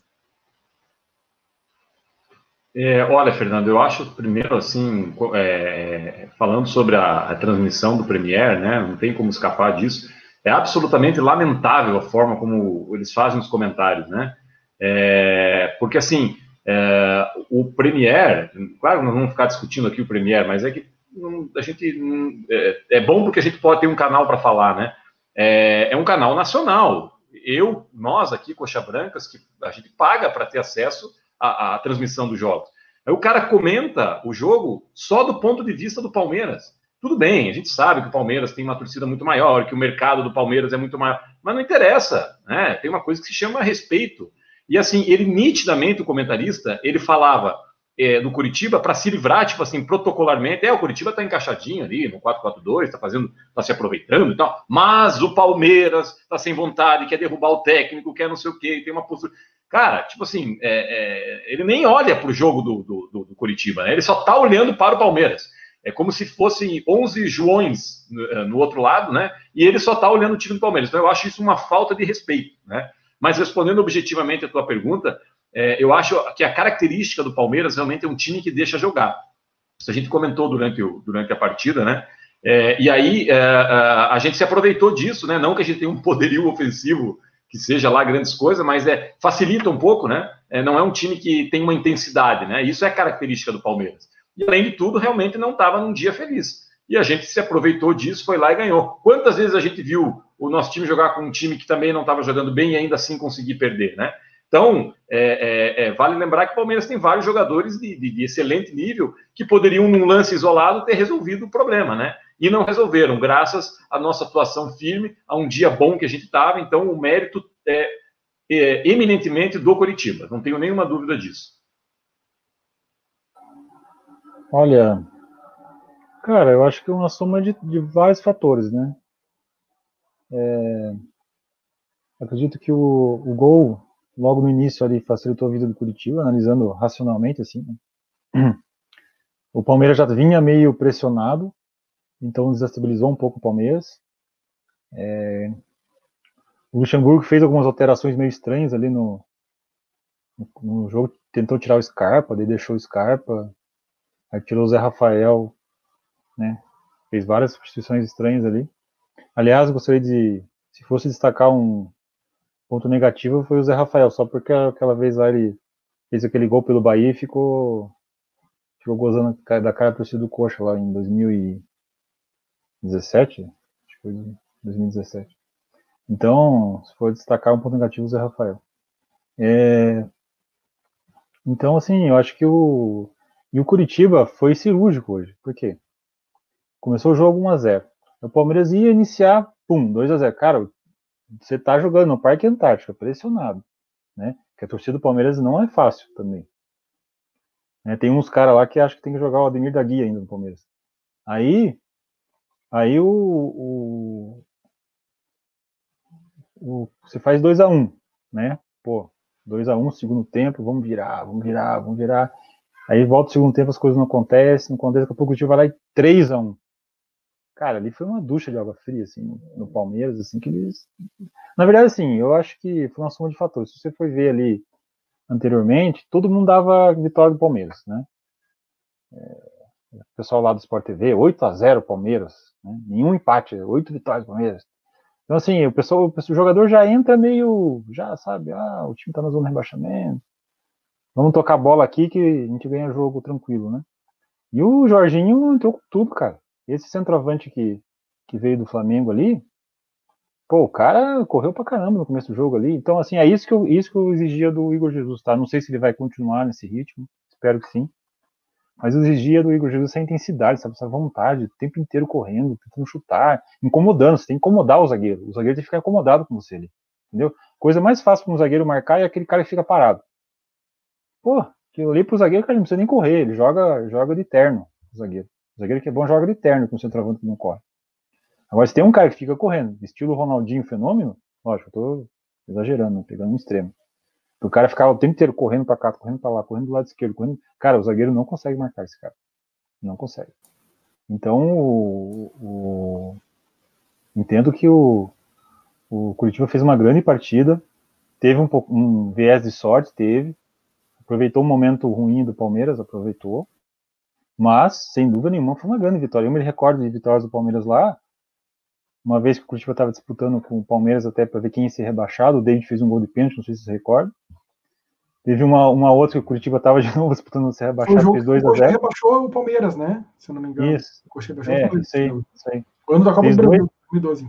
É, olha, Fernando, eu acho primeiro assim, é, falando sobre a, a transmissão do Premier, né, não tem como escapar disso, é absolutamente lamentável a forma como eles fazem os comentários, né, é, porque assim, é, o Premier, claro, nós vamos ficar discutindo aqui o Premier, mas é que não, a gente, não, é, é bom porque a gente pode ter um canal para falar, né, é, é um canal nacional, eu, nós aqui, Coxa Brancas, que a gente paga para ter acesso A, a transmissão dos jogos. Aí o cara comenta o jogo só do ponto de vista do Palmeiras. Tudo bem, a gente sabe que o Palmeiras tem uma torcida muito maior, que o mercado do Palmeiras é muito maior, mas não interessa, né? Tem uma coisa que se chama respeito. E assim, ele nitidamente, o comentarista, ele falava é, do Curitiba para se livrar, tipo assim, protocolarmente, é, o Curitiba tá encaixadinho ali no quatro quatro dois, tá fazendo, tá se aproveitando e tal, mas o Palmeiras tá sem vontade, quer derrubar o técnico, quer não sei o quê, tem uma postura... Cara, tipo assim, é, é, ele nem olha pro jogo do, do, do, do Curitiba, né? Ele só tá olhando para o Palmeiras. É como se fossem onze Joões no, no outro lado, né? E ele só está olhando o time do Palmeiras. Então eu acho isso uma falta de respeito, né? Mas respondendo objetivamente a tua pergunta, é, eu acho que a característica do Palmeiras realmente é um time que deixa jogar. Isso a gente comentou durante, o, durante a partida, né? É, e aí é, a gente se aproveitou disso, né? Não que a gente tenha um poderio ofensivo que seja lá grandes coisas, mas é, facilita um pouco, né? É, não é um time que tem uma intensidade, né? Isso é característica do Palmeiras. E além de tudo, realmente não estava num dia feliz. E a gente se aproveitou disso, foi lá e ganhou. Quantas vezes a gente viu o nosso time jogar com um time que também não estava jogando bem e ainda assim conseguir perder, né? Então, é, é, é, vale lembrar que o Palmeiras tem vários jogadores de, de, de excelente nível que poderiam, num lance isolado, ter resolvido o problema, né? E não resolveram, graças à nossa atuação firme, a um dia bom que a gente estava. Então, o mérito é, é eminentemente do Coritiba, não tenho nenhuma dúvida disso. Olha, cara, eu acho que é uma soma de, de vários fatores, né? É, acredito que o, o gol, logo no início ali, facilitou a vida do Coritiba, analisando racionalmente, assim, né? O Palmeiras já vinha meio pressionado, então desestabilizou um pouco o Palmeiras. É, o Luxemburgo fez algumas alterações meio estranhas ali no, no, no jogo, tentou tirar o Scarpa, daí deixou o Scarpa, aí tirou o Zé Rafael, né? Fez várias substituições estranhas ali. Aliás, gostaria de, se fosse destacar um ponto negativo, foi o Zé Rafael, só porque aquela vez lá ele fez aquele gol pelo Bahia e ficou, ficou gozando da cara da torcida do Coxa lá em dois mil e dezessete, acho que foi dois mil e dezessete. Então, se for destacar um ponto negativo, o Zé Rafael. É, então, assim, eu acho que o e o Coritiba foi cirúrgico hoje. Por quê? Começou o jogo um a zero. O Palmeiras ia iniciar, pum, dois a zero. Cara, você tá jogando no Parque Antártica, pressionado, né? Que a torcida do Palmeiras não é fácil também. É, tem uns caras lá que acham que tem que jogar o Ademir da Guia ainda no Palmeiras. Aí, aí o, o, o você faz dois a um, né? Pô, dois a um, segundo tempo, vamos virar, vamos virar, vamos virar. Aí volta o segundo tempo, as coisas não acontecem, não acontece, daqui a pouco o time vai lá e três a um. Cara, ali foi uma ducha de água fria, assim, no, no Palmeiras, assim, que eles... Na verdade, assim, eu acho que foi uma soma de fatores. Se você for ver ali anteriormente, todo mundo dava vitória do Palmeiras, né? É, o pessoal lá do Sport T V, oito a zero Palmeiras, né? Nenhum empate, oito vitórias do Palmeiras. Então, assim, o, pessoal, o, pessoal, o jogador já entra meio, já sabe, ah, o time tá na zona de rebaixamento, vamos tocar a bola aqui que a gente ganha jogo tranquilo, né? E o Jorginho entrou com tudo, cara. Esse centroavante que, que veio do Flamengo ali, pô, o cara correu pra caramba no começo do jogo ali. Então, assim, é isso que eu, isso que eu exigia do Igor Jesus, tá? Não sei se ele vai continuar nesse ritmo, espero que sim. Mas eu exigia do Igor Jesus essa intensidade, sabe? Essa vontade, o tempo inteiro correndo, tentando chutar, incomodando. Você tem que incomodar o zagueiro. O zagueiro tem que ficar incomodado com você ali, entendeu? Coisa mais fácil para um zagueiro marcar é aquele cara que fica parado. Pô, aquilo ali pro zagueiro, cara, não precisa nem correr. Ele joga, joga de terno, o zagueiro. O zagueiro que é bom joga de terno com o centroavante que não corre. Agora, se tem um cara que fica correndo, estilo Ronaldinho Fenômeno, lógico, eu tô exagerando, né, pegando um extremo. O cara ficava o tempo inteiro correndo pra cá, correndo pra lá, correndo do lado esquerdo, correndo... Cara, o zagueiro não consegue marcar esse cara. Não consegue. Então, o, o... entendo que o, o Coritiba fez uma grande partida, teve um, um viés de sorte, teve, aproveitou um momento ruim do Palmeiras, aproveitou, mas, sem dúvida nenhuma, foi uma grande vitória. Eu me recordo de vitórias do Palmeiras lá, uma vez que o Coritiba estava disputando com o Palmeiras até para ver quem ia ser rebaixado, o David fez um gol de pênalti, não sei se você recorda. Teve uma, uma outra que o Curitiba estava de novo disputando ser rebaixado, fez dois a zero. O Coxa rebaixou o Palmeiras, né? Se eu não me engano. Isso. O Coxa rebaixou é, o Palmeiras. Isso aí, isso aí. Ano da Copa do Brasil, dois mil e doze.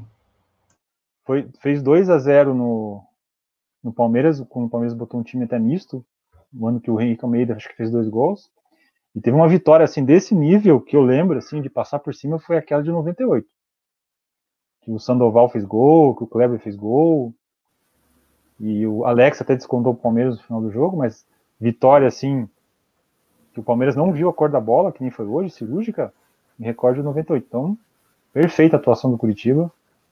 Foi, fez dois a zero no, no Palmeiras, quando o Palmeiras botou um time até misto, o ano que o Henrique Almeida acho que fez dois gols. E teve uma vitória assim desse nível que eu lembro assim de passar por cima, foi aquela de noventa e oito. Que o Sandoval fez gol, que o Kleber fez gol. E o Alex até descontou o Palmeiras no final do jogo, mas vitória assim, que o Palmeiras não viu a cor da bola, que nem foi hoje, cirúrgica, me recordo de noventa e oito. Então, perfeita a atuação do Coritiba.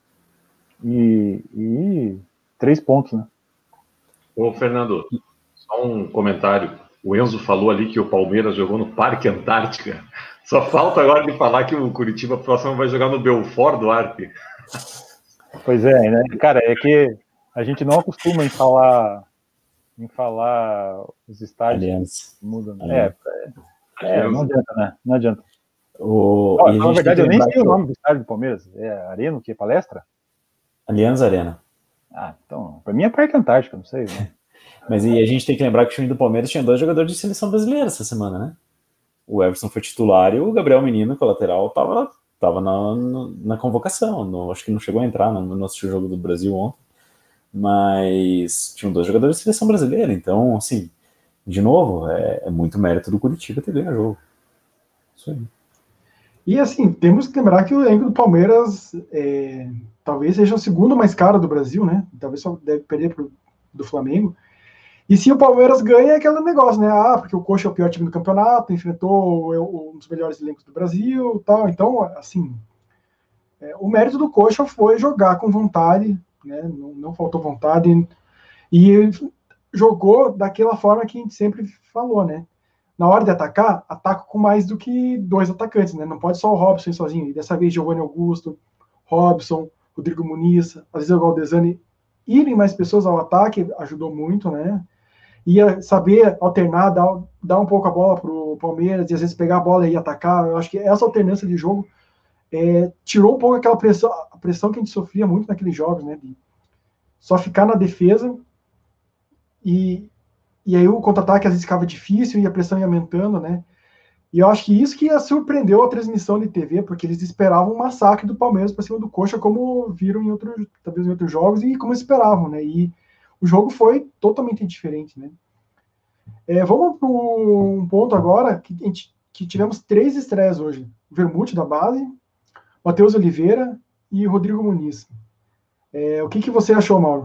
E, e três pontos, né? Ô, Fernando, só um comentário. O Enzo falou ali que o Palmeiras jogou no Parque Antártica. Só falta agora de falar que o Curitiba próximo vai jogar no Belfort Duarte. Pois é, né? Cara, é que a gente não acostuma em falar em falar os estádios Aliança. que mudam. Aliança. É, é, não adianta, né? Não adianta. O... Ó, e a na gente verdade, tem eu que nem lembrar sei o que nome do estádio do Palmeiras. É Arena, o quê? Palestra? Aliança Arena. Ah, então, pra mim é Parque Antártica, não sei, né? Mas e a gente tem que lembrar que o time do Palmeiras tinha dois jogadores de seleção brasileira essa semana, né? O Everson foi titular e o Gabriel Menino, que é o lateral, tava, tava na, na convocação. No, acho que não chegou a entrar no nosso jogo do Brasil ontem. Mas tinham dois jogadores de seleção brasileira. Então, assim, de novo, é, é muito mérito do Curitiba ter ganho o jogo. Isso aí. E assim, temos que lembrar que o elenco do Palmeiras é, talvez seja o segundo mais caro do Brasil, né? Talvez só deve perder pro, do Flamengo. E se o Palmeiras ganha, é aquele negócio, né? Ah, porque o Coxa é o pior time do campeonato, enfrentou um dos melhores elencos do Brasil, tal. Então, assim, é, o mérito do Coxa foi jogar com vontade, né? Não, não faltou vontade e jogou daquela forma que a gente sempre falou, né? Na hora de atacar, ataca com mais do que dois atacantes, né? Não pode só o Robson ir sozinho. E dessa vez, Giovanni Augusto, Robson, Rodrigo Muniz, às vezes o Galdesani, irem mais pessoas ao ataque ajudou muito, né? E saber alternar, dar, dar um pouco a bola para o Palmeiras e às vezes pegar a bola e atacar. Eu acho que essa alternância de jogo é, tirou um pouco aquela pressão, a pressão que a gente sofria muito naqueles jogos, né? De só ficar na defesa e, e aí o contra-ataque às vezes ficava difícil e a pressão ia aumentando, né? E eu acho que isso que surpreendeu a transmissão de T V, porque eles esperavam um massacre do Palmeiras para cima do Coxa, como viram em outros, talvez em outros jogos, e como esperavam, né? E o jogo foi totalmente diferente, né? É, vamos para um ponto agora que, a gente, que tivemos três estreias hoje. O Vermute da base, Matheus Oliveira e Rodrigo Muniz. É, o que, que você achou, Mauro?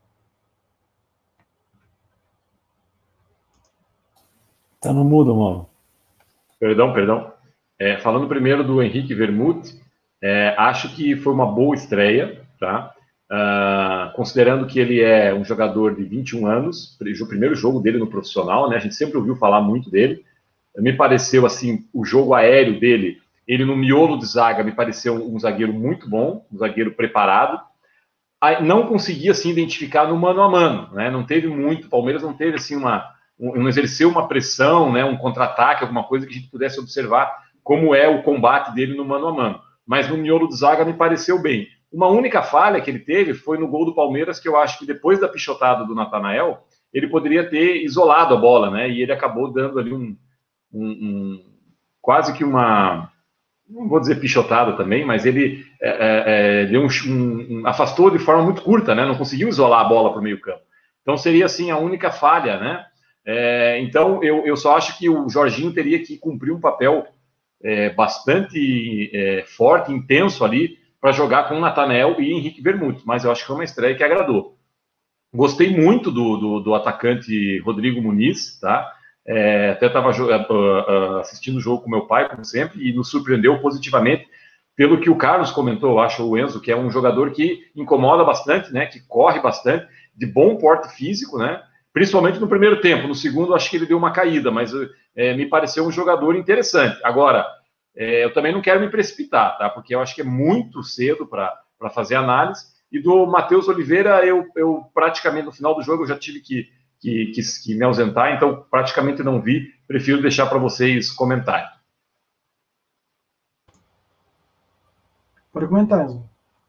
Tá no mudo, mano. Perdão, perdão. É, falando primeiro do Henrique Vermut, é, acho que foi uma boa estreia, tá? Uh, considerando que ele é um jogador de vinte e um anos, o primeiro jogo dele no profissional, né? A gente sempre ouviu falar muito dele. Me pareceu, assim, o jogo aéreo dele, ele no miolo de zaga, me pareceu um, um zagueiro muito bom, um zagueiro preparado. Aí, não conseguia, assim, identificar no mano a mano, né? Não teve muito, o Palmeiras não teve, assim, uma... Um, não exerceu uma pressão, né? Um contra-ataque, alguma coisa que a gente pudesse observar como é o combate dele no mano a mano. Mas no miolo de zaga me pareceu bem. Uma única falha que ele teve foi no gol do Palmeiras, que eu acho que depois da pichotada do Natanael, ele poderia ter isolado a bola, né? E ele acabou dando ali um, um, um quase que uma, não vou dizer pichotada também, mas ele é, é, deu um, um, afastou de forma muito curta, né? Não conseguiu isolar a bola para o meio campo. Então seria assim a única falha, né? É, então eu, eu só acho que o Jorginho teria que cumprir um papel é, bastante é, forte, intenso ali, para jogar com o Natanael e Henrique Vermut, mas eu acho que foi uma estreia que agradou. Gostei muito do, do, do atacante Rodrigo Muniz, tá? É, até estava uh, uh, assistindo o jogo com meu pai, como sempre, e nos surpreendeu positivamente pelo que o Carlos comentou, eu acho, o Enzo, que é um jogador que incomoda bastante, né? Que corre bastante, de bom porte físico, né? Principalmente no primeiro tempo. No segundo, acho que ele deu uma caída, mas é, me pareceu um jogador interessante. Agora, é, eu também não quero me precipitar, tá? Porque eu acho que é muito cedo para fazer análise. E do Matheus Oliveira, eu, eu praticamente, no final do jogo, eu já tive que, que, que, que me ausentar, então praticamente não vi. Prefiro deixar para vocês comentarem. Pode comentar, Enzo.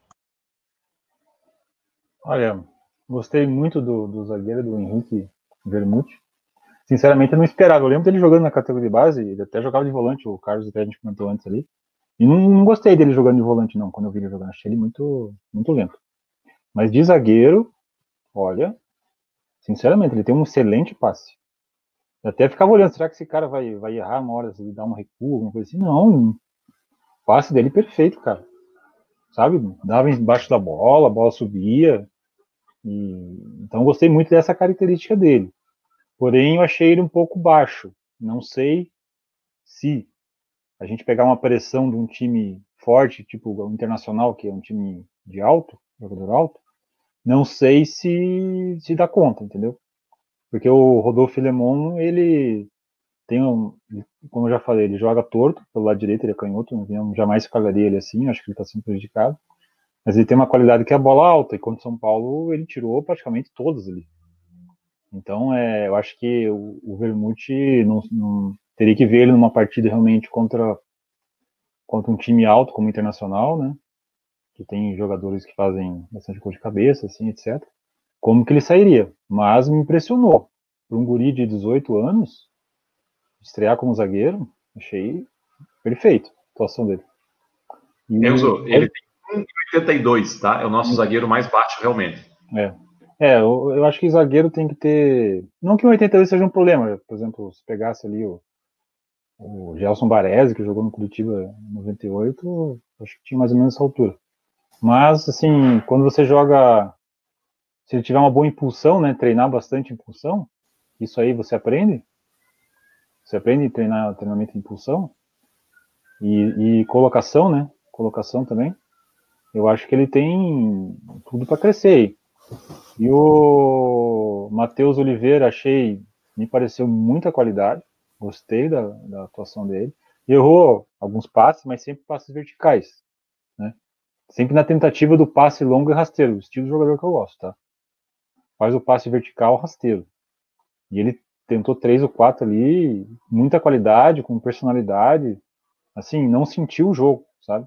Olha, gostei muito do, do zagueiro, do Henrique Vermut. Sinceramente, eu não esperava. Eu lembro dele jogando na categoria de base, ele até jogava de volante, o Carlos até a gente comentou antes ali. E não, não gostei dele jogando de volante, não, quando eu vi ele jogando. Achei ele muito, muito lento. Mas de zagueiro, olha, sinceramente, ele tem um excelente passe. Eu até ficava olhando, será que esse cara vai, vai errar uma hora, se ele dá um recuo, alguma coisa assim? Não, o passe dele perfeito, cara. Sabe? Dava embaixo da bola, a bola subia. E, então, eu gostei muito dessa característica dele. Porém, eu achei ele um pouco baixo. Não sei se a gente pegar uma pressão de um time forte, tipo o Internacional, que é um time de alto, jogador alto, não sei se se dá conta, entendeu? Porque o Rodolfo Lemon, ele tem um, como eu já falei, ele joga torto pelo lado direito, ele é canhoto, não jamais escalaria ele assim, acho que ele está sendo prejudicado. Mas ele tem uma qualidade que é a bola alta, e contra o São Paulo ele tirou praticamente todas ali. Então, é, eu acho que o, o Vermute não, não, teria que ver ele numa partida realmente contra, contra um time alto como o Internacional, né? Que tem jogadores que fazem bastante gol de cabeça, assim, etcétera. Como que ele sairia? Mas me impressionou. Para um guri de dezoito anos, estrear como zagueiro, achei perfeito a atuação dele. E Enzo, ele tem um metro e oitenta e dois, tá? É o nosso zagueiro mais baixo, realmente. É. É, eu, eu acho que zagueiro tem que ter... Não que o oitenta e dois seja um problema. Por exemplo, se pegasse ali o, o Gelson Baresi, que jogou no Curitiba em noventa e oito, acho que tinha mais ou menos essa altura. Mas, assim, quando você joga... Se ele tiver uma boa impulsão, né, treinar bastante impulsão, isso aí você aprende. Você aprende a treinar treinamento de impulsão. E, e colocação, né? Colocação também. Eu acho que ele tem tudo para crescer aí. E o Matheus Oliveira, achei, me pareceu muita qualidade, gostei da, da atuação dele. Errou alguns passes, mas sempre passes verticais, né? Sempre na tentativa do passe longo e rasteiro, o estilo de jogador que eu gosto, tá? Faz o passe vertical rasteiro. E ele tentou três ou quatro ali, muita qualidade, com personalidade, assim, não sentiu o jogo, sabe?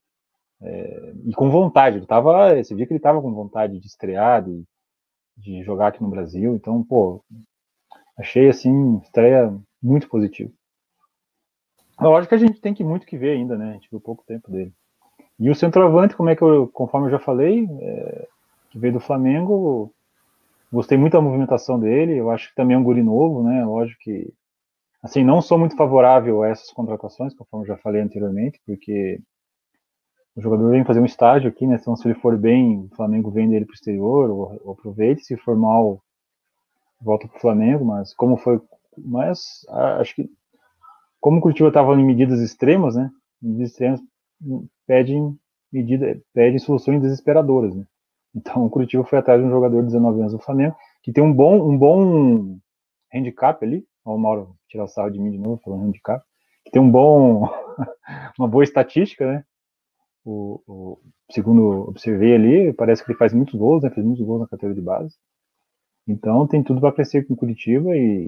É, e com vontade, ele tava, você via que ele tava com vontade de estrear, de de jogar aqui no Brasil, então, pô, achei, assim, estreia muito positiva. Lógico que a gente tem que muito que ver ainda, né, a gente viu pouco tempo dele. E o centroavante, como é que eu, conforme eu já falei, é, que veio do Flamengo, gostei muito da movimentação dele, eu acho que também é um guri novo, né, lógico que, assim, não sou muito favorável a essas contratações, conforme eu já falei anteriormente, porque o jogador vem fazer um estágio aqui, né, então se ele for bem, o Flamengo vende ele pro exterior, ou, ou aproveite, se for mal, volta pro Flamengo, mas como foi, mas acho que como o Curitiba estava em medidas extremas, né, medidas extremas pedem medida, pedem soluções desesperadoras, né. Então o Curitiba foi atrás de um jogador de dezenove anos do Flamengo, que tem um bom, um bom handicap ali, ó, o Mauro tirar sarro de mim de novo, falando handicap, que tem um bom, uma boa estatística, né, o, o, segundo observei ali, parece que ele faz muitos gols, né, fez muitos gols na categoria de base. Então tem tudo para crescer com Curitiba e,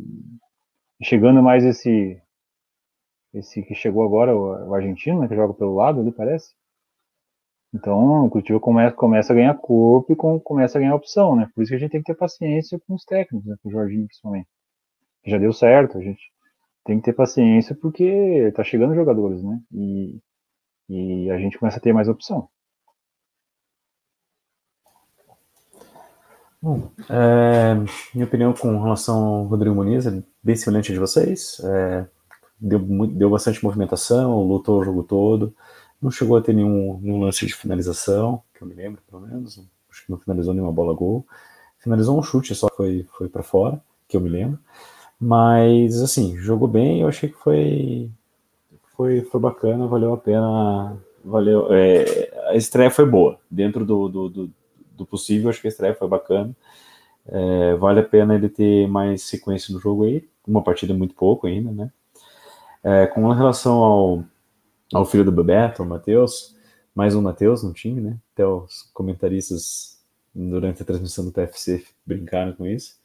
e chegando mais esse esse que chegou agora, o, o argentino, né, que joga pelo lado ali, parece. Então o Curitiba começa, começa a ganhar corpo e com, começa a ganhar opção, né? Por isso que a gente tem que ter paciência com os técnicos, né, com o Jorginho principalmente. Já deu certo, a gente tem que ter paciência porque tá chegando jogadores, né? E, e a gente começa a ter mais opção. Bom, é, minha opinião com relação ao Rodrigo Muniz é bem semelhante de vocês. É, deu, deu bastante movimentação, lutou o jogo todo. Não chegou a ter nenhum, nenhum lance de finalização, que eu me lembro, pelo menos. Acho que não finalizou nenhuma bola gol. Finalizou um chute, só foi, foi para fora, que eu me lembro. Mas, assim, jogou bem. Eu achei que foi, foi, foi bacana, valeu a pena. Valeu, é, a estreia foi boa, dentro do, do, do do possível, acho que a estreia foi bacana. É, vale a pena ele ter mais sequência no jogo aí, uma partida muito pouco ainda, né? É, com relação ao, ao filho do Bebeto, o Matheus, mais um Matheus no time, né? Até os comentaristas durante a transmissão do T F C brincaram com isso.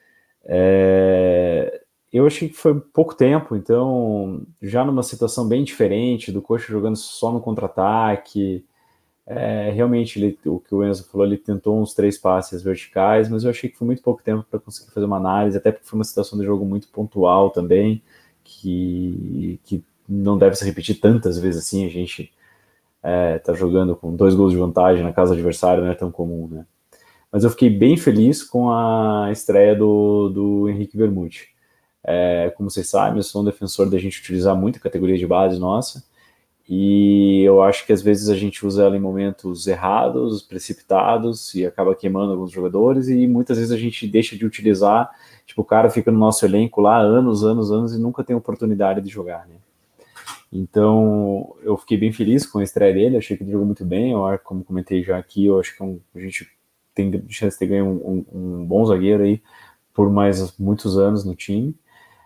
É, eu achei que foi pouco tempo, então já numa situação bem diferente, do Coxa jogando só no contra-ataque. É, realmente, ele, o que o Enzo falou, ele tentou uns três passes verticais, mas eu achei que foi muito pouco tempo para conseguir fazer uma análise, até porque foi uma situação de jogo muito pontual também, que, que não deve se repetir tantas vezes assim. A gente é, tá jogando com dois gols de vantagem na casa do adversário, não é tão comum, né? Mas eu fiquei bem feliz com a estreia do, do Henrique Vermute. É, como vocês sabem, eu sou um defensor da gente utilizar muito a categoria de base nossa, e eu acho que às vezes a gente usa ela em momentos errados, precipitados, e acaba queimando alguns jogadores, e muitas vezes a gente deixa de utilizar, tipo, o cara fica no nosso elenco lá anos, anos, anos, e nunca tem oportunidade de jogar, né? Então, eu fiquei bem feliz com a estreia dele, achei que ele jogou muito bem, eu, como comentei já aqui, eu acho que é um, a gente tem chance de ter ganho um, um, um bom zagueiro aí por mais muitos anos no time.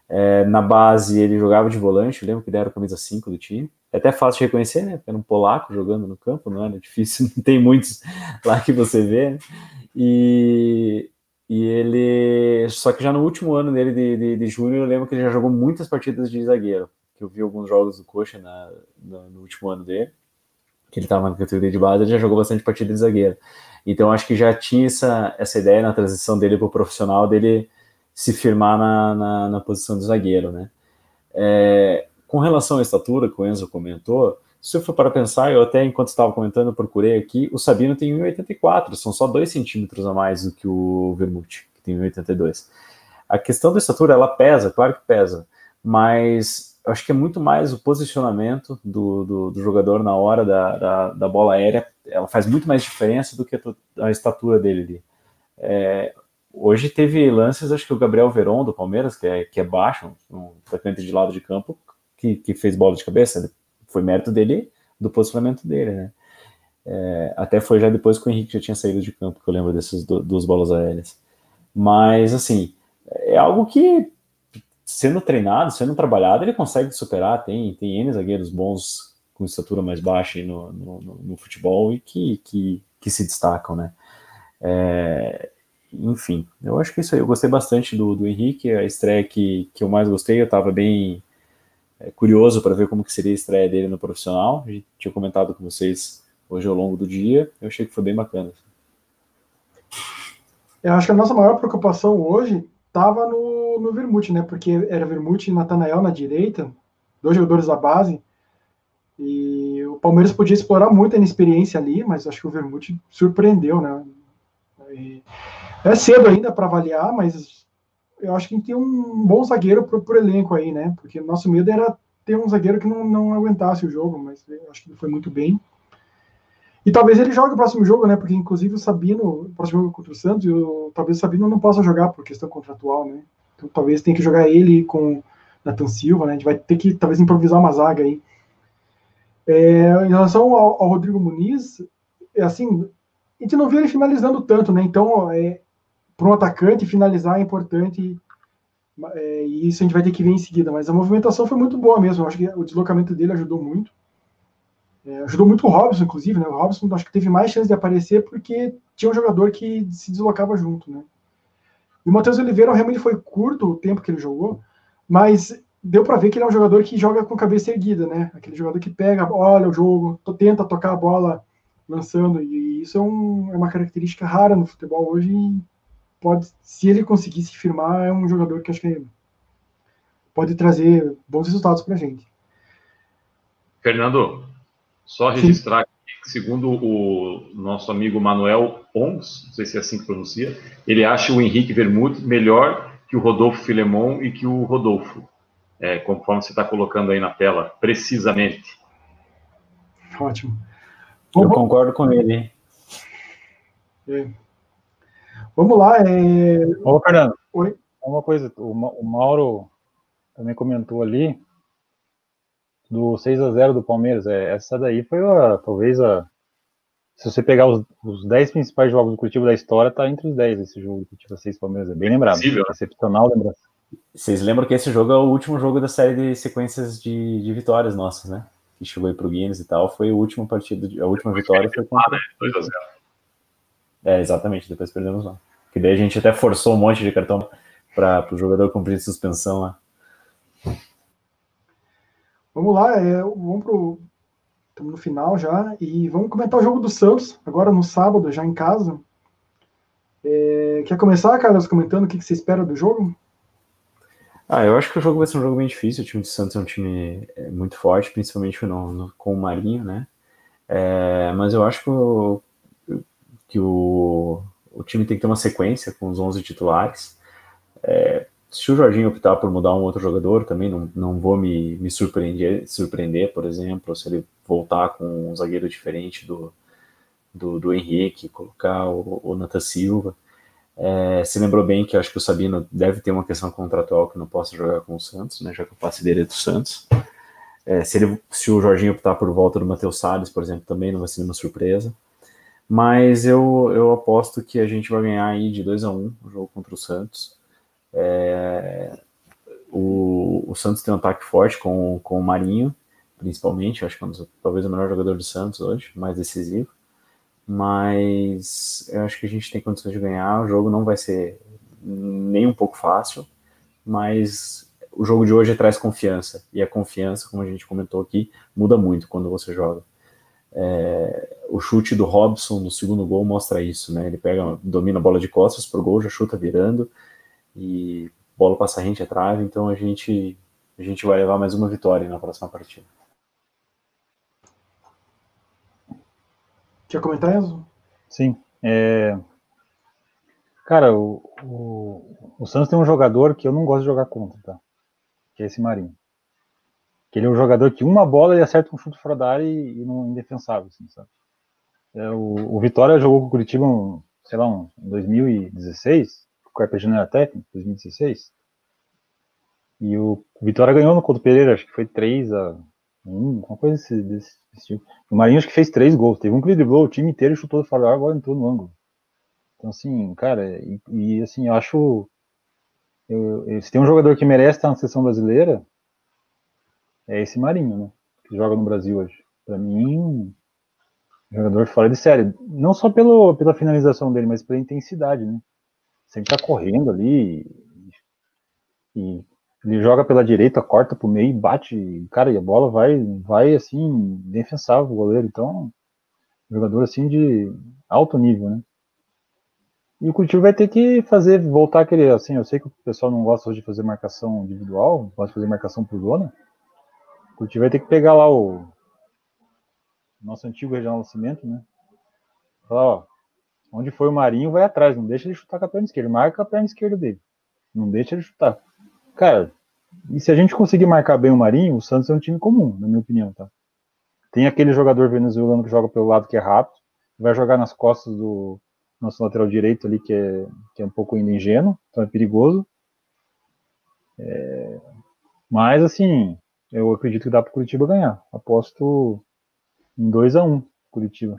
É, na base ele jogava de volante, eu lembro que ele era o camisa cinco do time. É até fácil de reconhecer, né? Porque era um polaco jogando no campo, não era difícil, não tem muitos lá que você vê, né? E, e ele. Só que já no último ano dele de, de, de júnior, eu lembro que ele já jogou muitas partidas de zagueiro. Que eu vi alguns jogos do Coxa na, no, no último ano dele, que ele estava na categoria de base, ele já jogou bastante partida de zagueiro. Então acho que já tinha essa, essa ideia na transição dele para o profissional, dele se firmar na, na, na posição de zagueiro, né? É, com relação à estatura, que o Enzo comentou, se eu for para pensar, eu até enquanto estava comentando, eu procurei aqui, o Sabino tem um metro e oitenta e quatro, são só dois centímetros a mais do que o Vermute, que tem um metro e oitenta e dois. A questão da estatura, ela pesa, claro que pesa, mas eu acho que é muito mais o posicionamento do, do, do jogador na hora da, da, da bola aérea, ela faz muito mais diferença do que a, a estatura dele ali. É, hoje teve lances, acho que o Gabriel Veron do Palmeiras, que é, que é baixo, um atacante de lado de campo, que, que fez bola de cabeça, foi mérito dele, do posicionamento dele, né? É, até foi já depois que o Henrique já tinha saído de campo, que eu lembro desses do, dos bolas aéreas. Mas, assim, é algo que, sendo treinado, sendo trabalhado, ele consegue superar. Tem, tem N zagueiros bons com estatura mais baixa aí no, no, no futebol e que, que, que se destacam, né? É, enfim, eu acho que é isso aí. Eu gostei bastante do, do Henrique, a estreia que, que eu mais gostei, eu estava bem é, curioso para ver como que seria a estreia dele no profissional. Eu tinha comentado com vocês hoje ao longo do dia, eu achei que foi bem bacana. Eu acho que a nossa maior preocupação hoje estava no, no Vermute, né? Porque era Vermute e Natanael na direita, dois jogadores da base, e o Palmeiras podia explorar muito a inexperiência ali, mas acho que o Vermute surpreendeu, né? E é cedo ainda para avaliar, mas eu acho que tem um bom zagueiro pro, pro elenco aí, né? Porque o nosso medo era ter um zagueiro que não, não aguentasse o jogo, mas eu acho que ele foi muito bem. E talvez ele jogue o próximo jogo, né? Porque inclusive o Sabino, o próximo jogo contra o Santos, eu, talvez o Sabino não possa jogar por questão contratual, né? Então talvez tenha que jogar ele com Nathan Silva, né? A gente vai ter que talvez improvisar uma zaga aí. É, em relação ao, ao Rodrigo Muniz, é assim, a gente não viu ele finalizando tanto, né? Então, é, para um atacante, finalizar é importante, é, e isso a gente vai ter que ver em seguida. Mas a movimentação foi muito boa mesmo. Eu acho que o deslocamento dele ajudou muito. É, ajudou muito o Robson, inclusive, né? O Robson acho que teve mais chance de aparecer porque tinha um jogador que se deslocava junto, né? E o Matheus Oliveira realmente foi curto o tempo que ele jogou, mas deu para ver que ele é um jogador que joga com cabeça erguida, né? Aquele jogador que pega, olha o jogo, tenta tocar a bola lançando, e isso é, um, é uma característica rara no futebol hoje. E pode, se ele conseguir se firmar, é um jogador que acho que pode trazer bons resultados para a gente. Fernando, só registrar aqui que, segundo o nosso amigo Manuel Pons, não sei se é assim que pronuncia, ele acha o Henrique Vermute melhor que o Rodolfo Filemon e que o Rodolfo, é, conforme você está colocando aí na tela, precisamente. Ótimo. Eu concordo com ele. É. Vamos lá. É... Ô, Fernando, Oi? uma coisa, o Mauro também comentou ali do seis a zero do Palmeiras. É, essa daí foi a, talvez a. Se você pegar os, os dez principais jogos do Curitiba da história, tá entre os dez esse jogo do Curitiba seis Palmeiras. É bem lembrado. Possível. Excepcional lembrança. Vocês lembram que esse jogo é o último jogo da série de sequências de, de vitórias nossas, né? Que chegou aí pro Guinness e tal. Foi o último partido, a última vitória foi contra. dois a zero. É, exatamente, depois perdemos lá. Que daí a gente até forçou um monte de cartão para o jogador cumprir suspensão lá. Vamos lá, é, vamos pro. Estamos no final já, e vamos comentar o jogo do Santos, agora no sábado, já em casa. É, quer começar, Carlos, comentando o que, que você espera do jogo? Ah, eu acho que o jogo vai ser um jogo bem difícil. O time de Santos é um time muito forte, principalmente no, no, com o Marinho, né? É, mas eu acho que, o, que o, o time tem que ter uma sequência com os onze titulares. É, se o Jorginho optar por mudar um outro jogador, também não, não vou me, me surpreender, surpreender, por exemplo, se ele voltar com um zagueiro diferente do, do, do Henrique, colocar o, o Nathan Silva. É, se lembrou bem que eu acho que o Sabino deve ter uma questão contratual que não possa jogar com o Santos, né, já que o passe dele é do Santos. É, se, ele, se o Jorginho optar por volta do Matheus Salles, por exemplo, também não vai ser uma surpresa. Mas eu, eu aposto que a gente vai ganhar aí de dois a um o jogo contra o Santos. É, o, o Santos tem um ataque forte com, com o Marinho, principalmente, acho que é um dos, talvez o melhor jogador do Santos hoje, mais decisivo, mas eu acho que a gente tem condições de ganhar, o jogo não vai ser nem um pouco fácil, mas o jogo de hoje traz confiança, e a confiança, como a gente comentou aqui, muda muito quando você joga. É, o chute do Robson no segundo gol mostra isso, né? Ele pega, domina a bola de costas pro gol, já chuta virando, e bola passa rente à trave, então a gente, a gente vai levar mais uma vitória na próxima partida. Quer comentar, Enzo? Sim. É... Cara, o, o, o Santos tem um jogador que eu não gosto de jogar contra, tá? Que é esse Marinho. Que ele é um jogador que uma bola ele acerta um chute fora da área e, e não indefensável, assim, sabe? É, o, o Vitória jogou com o Curitiba, um, sei lá, um, em dois mil e dezesseis, o Carpegiani era técnico, dois mil e dezesseis. E o Vitória ganhou no Couto Pereira, acho que foi três a um, uma coisa desse, desse, desse tipo. O Marinho acho que fez três gols. Teve um que ele driblou o time inteiro e chutou fora da área, agora entrou no ângulo. Então, assim, cara, e, e assim, eu acho. Eu, eu, se tem um jogador que merece estar na seleção brasileira, é esse Marinho, né? Que joga no Brasil hoje. Pra mim, jogador fora de série. Não só pelo, pela finalização dele, mas pela intensidade, né? Sempre tá correndo ali. E, e ele joga pela direita, corta pro meio e bate. Cara, e a bola vai, vai assim, defensável o goleiro. Então, jogador assim de alto nível, né? E o Curitiba vai ter que fazer, voltar aquele, assim, eu sei que o pessoal não gosta hoje de fazer marcação individual, gosta de fazer marcação por zona. O Curitiba vai ter que pegar lá o nosso antigo Regional Nascimento, né? Falar, ó, onde foi o Marinho, vai atrás, não deixa ele chutar com a perna esquerda, marca a perna esquerda dele. Não deixa ele chutar. Cara, e se a gente conseguir marcar bem o Marinho, o Santos é um time comum, na minha opinião, tá? Tem aquele jogador venezuelano que joga pelo lado que é rápido, vai jogar nas costas do nosso lateral direito ali, que é, que é um pouco ainda ingênuo, então é perigoso. É, mas, assim, eu acredito que dá pro Curitiba ganhar. Aposto em dois a um Curitiba.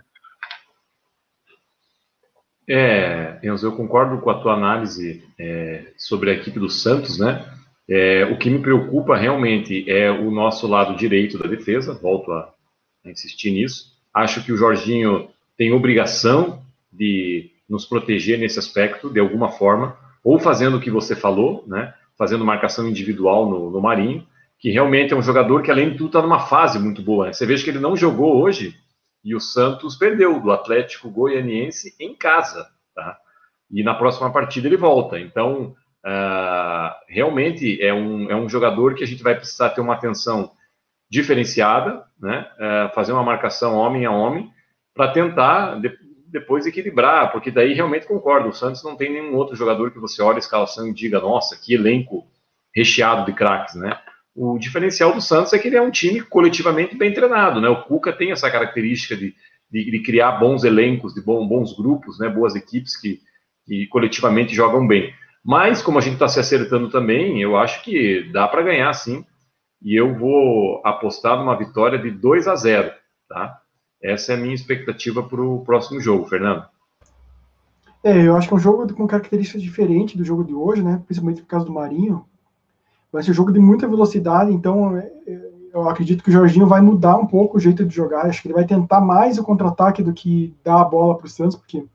É, Enzo, eu concordo com a tua análise é, sobre a equipe do Santos, né? É, o que me preocupa realmente é o nosso lado direito da defesa, volto a, a insistir nisso. Acho que o Jorginho tem obrigação de nos proteger nesse aspecto, de alguma forma, ou fazendo o que você falou, né? Fazendo marcação individual no, no Marinho, que realmente é um jogador que, além de tudo, está numa fase muito boa. Né? Você veja que ele não jogou hoje, e o Santos perdeu do Atlético Goianiense em casa, tá? E na próxima partida ele volta. Então, uh, realmente é um, é um jogador que a gente vai precisar ter uma atenção diferenciada, né? Uh, fazer uma marcação homem a homem, para tentar de, depois equilibrar, porque daí realmente concordo, o Santos não tem nenhum outro jogador que você olhe a escalação e diga, nossa, que elenco recheado de craques, né? O diferencial do Santos é que ele é um time coletivamente bem treinado, né? O Cuca tem essa característica de, de, de criar bons elencos, de bom, bons grupos, né? Boas equipes que, que coletivamente jogam bem. Mas, como a gente está se acertando também, eu acho que dá para ganhar, sim. E eu vou apostar numa vitória de dois a zero, tá? Essa é a minha expectativa para o próximo jogo, Fernando. É, eu acho que é um jogo com características diferentes do jogo de hoje, né? Principalmente por causa do Marinho. Vai ser um jogo de muita velocidade, então eu acredito que o Jorginho vai mudar um pouco o jeito de jogar. Acho que ele vai tentar mais o contra-ataque do que dar a bola para o Santos, porque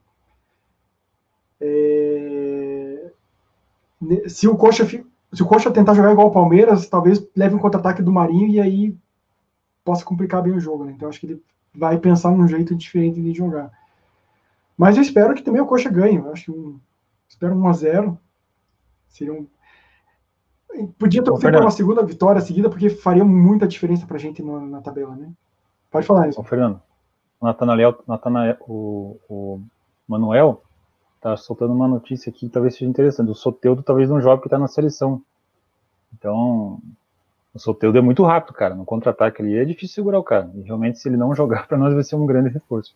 é, se o Coxa se o Coxa tentar jogar igual o Palmeiras, talvez leve um contra-ataque do Marinho e aí possa complicar bem o jogo. Né? Então acho que ele vai pensar num jeito diferente de jogar. Mas eu espero que também o Coxa ganhe. Eu acho que um, espero um a zero. Seria um Podia torcer por uma segunda vitória seguida, porque faria muita diferença pra gente no, na tabela, né? Pode falar isso. Ô, Fernando, o Natanael, Natanael, o, o Manuel tá soltando uma notícia aqui que talvez seja interessante. O Soteldo talvez não jogue porque tá na seleção. Então, o Soteldo é muito rápido, cara. No contra-ataque ali é difícil segurar o cara. E realmente, se ele não jogar, pra nós vai ser um grande reforço.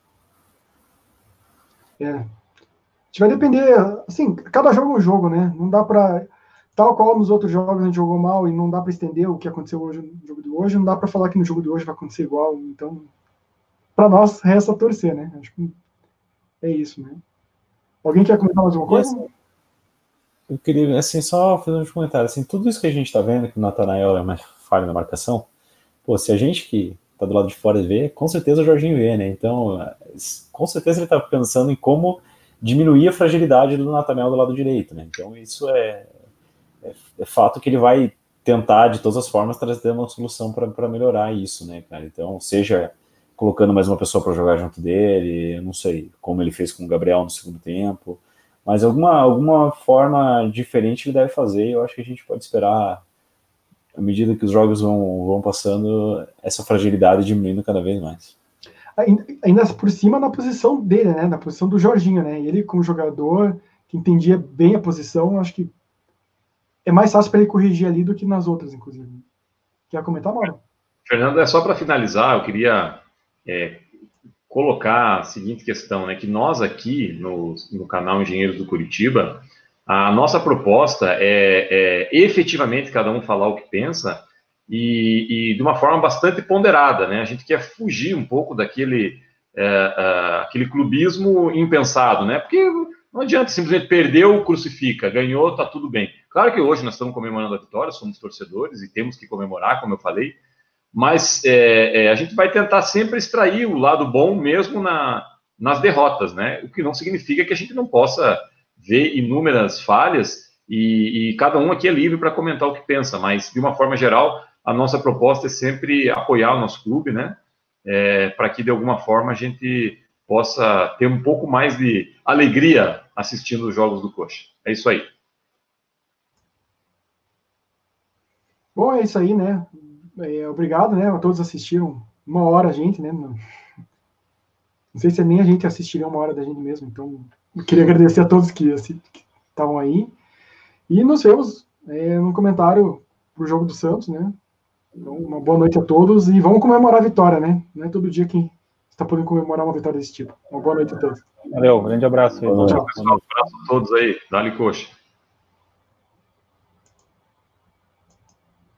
É. A gente vai depender, assim, cada jogo é um jogo, né? Não dá pra... Tal qual nos outros jogos a gente jogou mal e não dá para estender o que aconteceu hoje no jogo de hoje, não dá para falar que no jogo de hoje vai acontecer igual. Então, para nós, resta torcer, né? Acho que é isso, né? Alguém quer comentar mais alguma coisa? eu queria, assim, só fazer um comentário, assim, tudo isso que a gente tá vendo, que o Natanael é uma falha na marcação, pô, se a gente que tá do lado de fora vê, com certeza o Jorginho vê, né? Então, com certeza ele tá pensando em como diminuir a fragilidade do Natanael do lado direito, né? Então, isso é, é, é fato que ele vai tentar, de todas as formas, trazer uma solução para melhorar isso, né, cara? Então, seja colocando mais uma pessoa para jogar junto dele, eu não sei, como ele fez com o Gabriel no segundo tempo, mas alguma, alguma forma diferente ele deve fazer, eu acho que a gente pode esperar, à medida que os jogos vão, vão passando, essa fragilidade diminuindo cada vez mais. Ainda, ainda por cima na posição dele, né, na posição do Jorginho, né, ele como jogador que entendia bem a posição, acho que é mais fácil para ele corrigir ali do que nas outras, inclusive. Quer comentar, Mauro? Fernando, é só para finalizar, eu queria é, colocar a seguinte questão, né, que nós aqui no, no canal Engenheiros do Curitiba, a nossa proposta é, é efetivamente cada um falar o que pensa e, e de uma forma bastante ponderada, né? A gente quer fugir um pouco daquele é, é, aquele clubismo impensado, né? Porque não adianta simplesmente perdeu, crucifica, ganhou, tá tudo bem. Claro que hoje nós estamos comemorando a vitória, somos torcedores e temos que comemorar, como eu falei, mas é, é, a gente vai tentar sempre extrair o lado bom mesmo na, nas derrotas, né? O que não significa que a gente não possa ver inúmeras falhas e, e cada um aqui é livre para comentar o que pensa, mas de uma forma geral a nossa proposta é sempre apoiar o nosso clube, né? É, para que de alguma forma a gente possa ter um pouco mais de alegria assistindo os jogos do Coxa. É isso aí. Bom, é isso aí, né? É, obrigado, né? A todos assistiram uma hora a gente, né? Não sei se nem a gente assistiria uma hora da gente mesmo, então eu queria agradecer a todos que estavam aí. E nos vemos é, no comentário pro jogo do Santos, né? Então, uma boa noite a todos e vamos comemorar a vitória, né? Não é todo dia que está podendo comemorar uma vitória desse tipo. Uma boa noite a todos. Valeu, grande abraço aí. Tchau, pessoal. Um abraço a todos aí. Dá-lhe Coxa.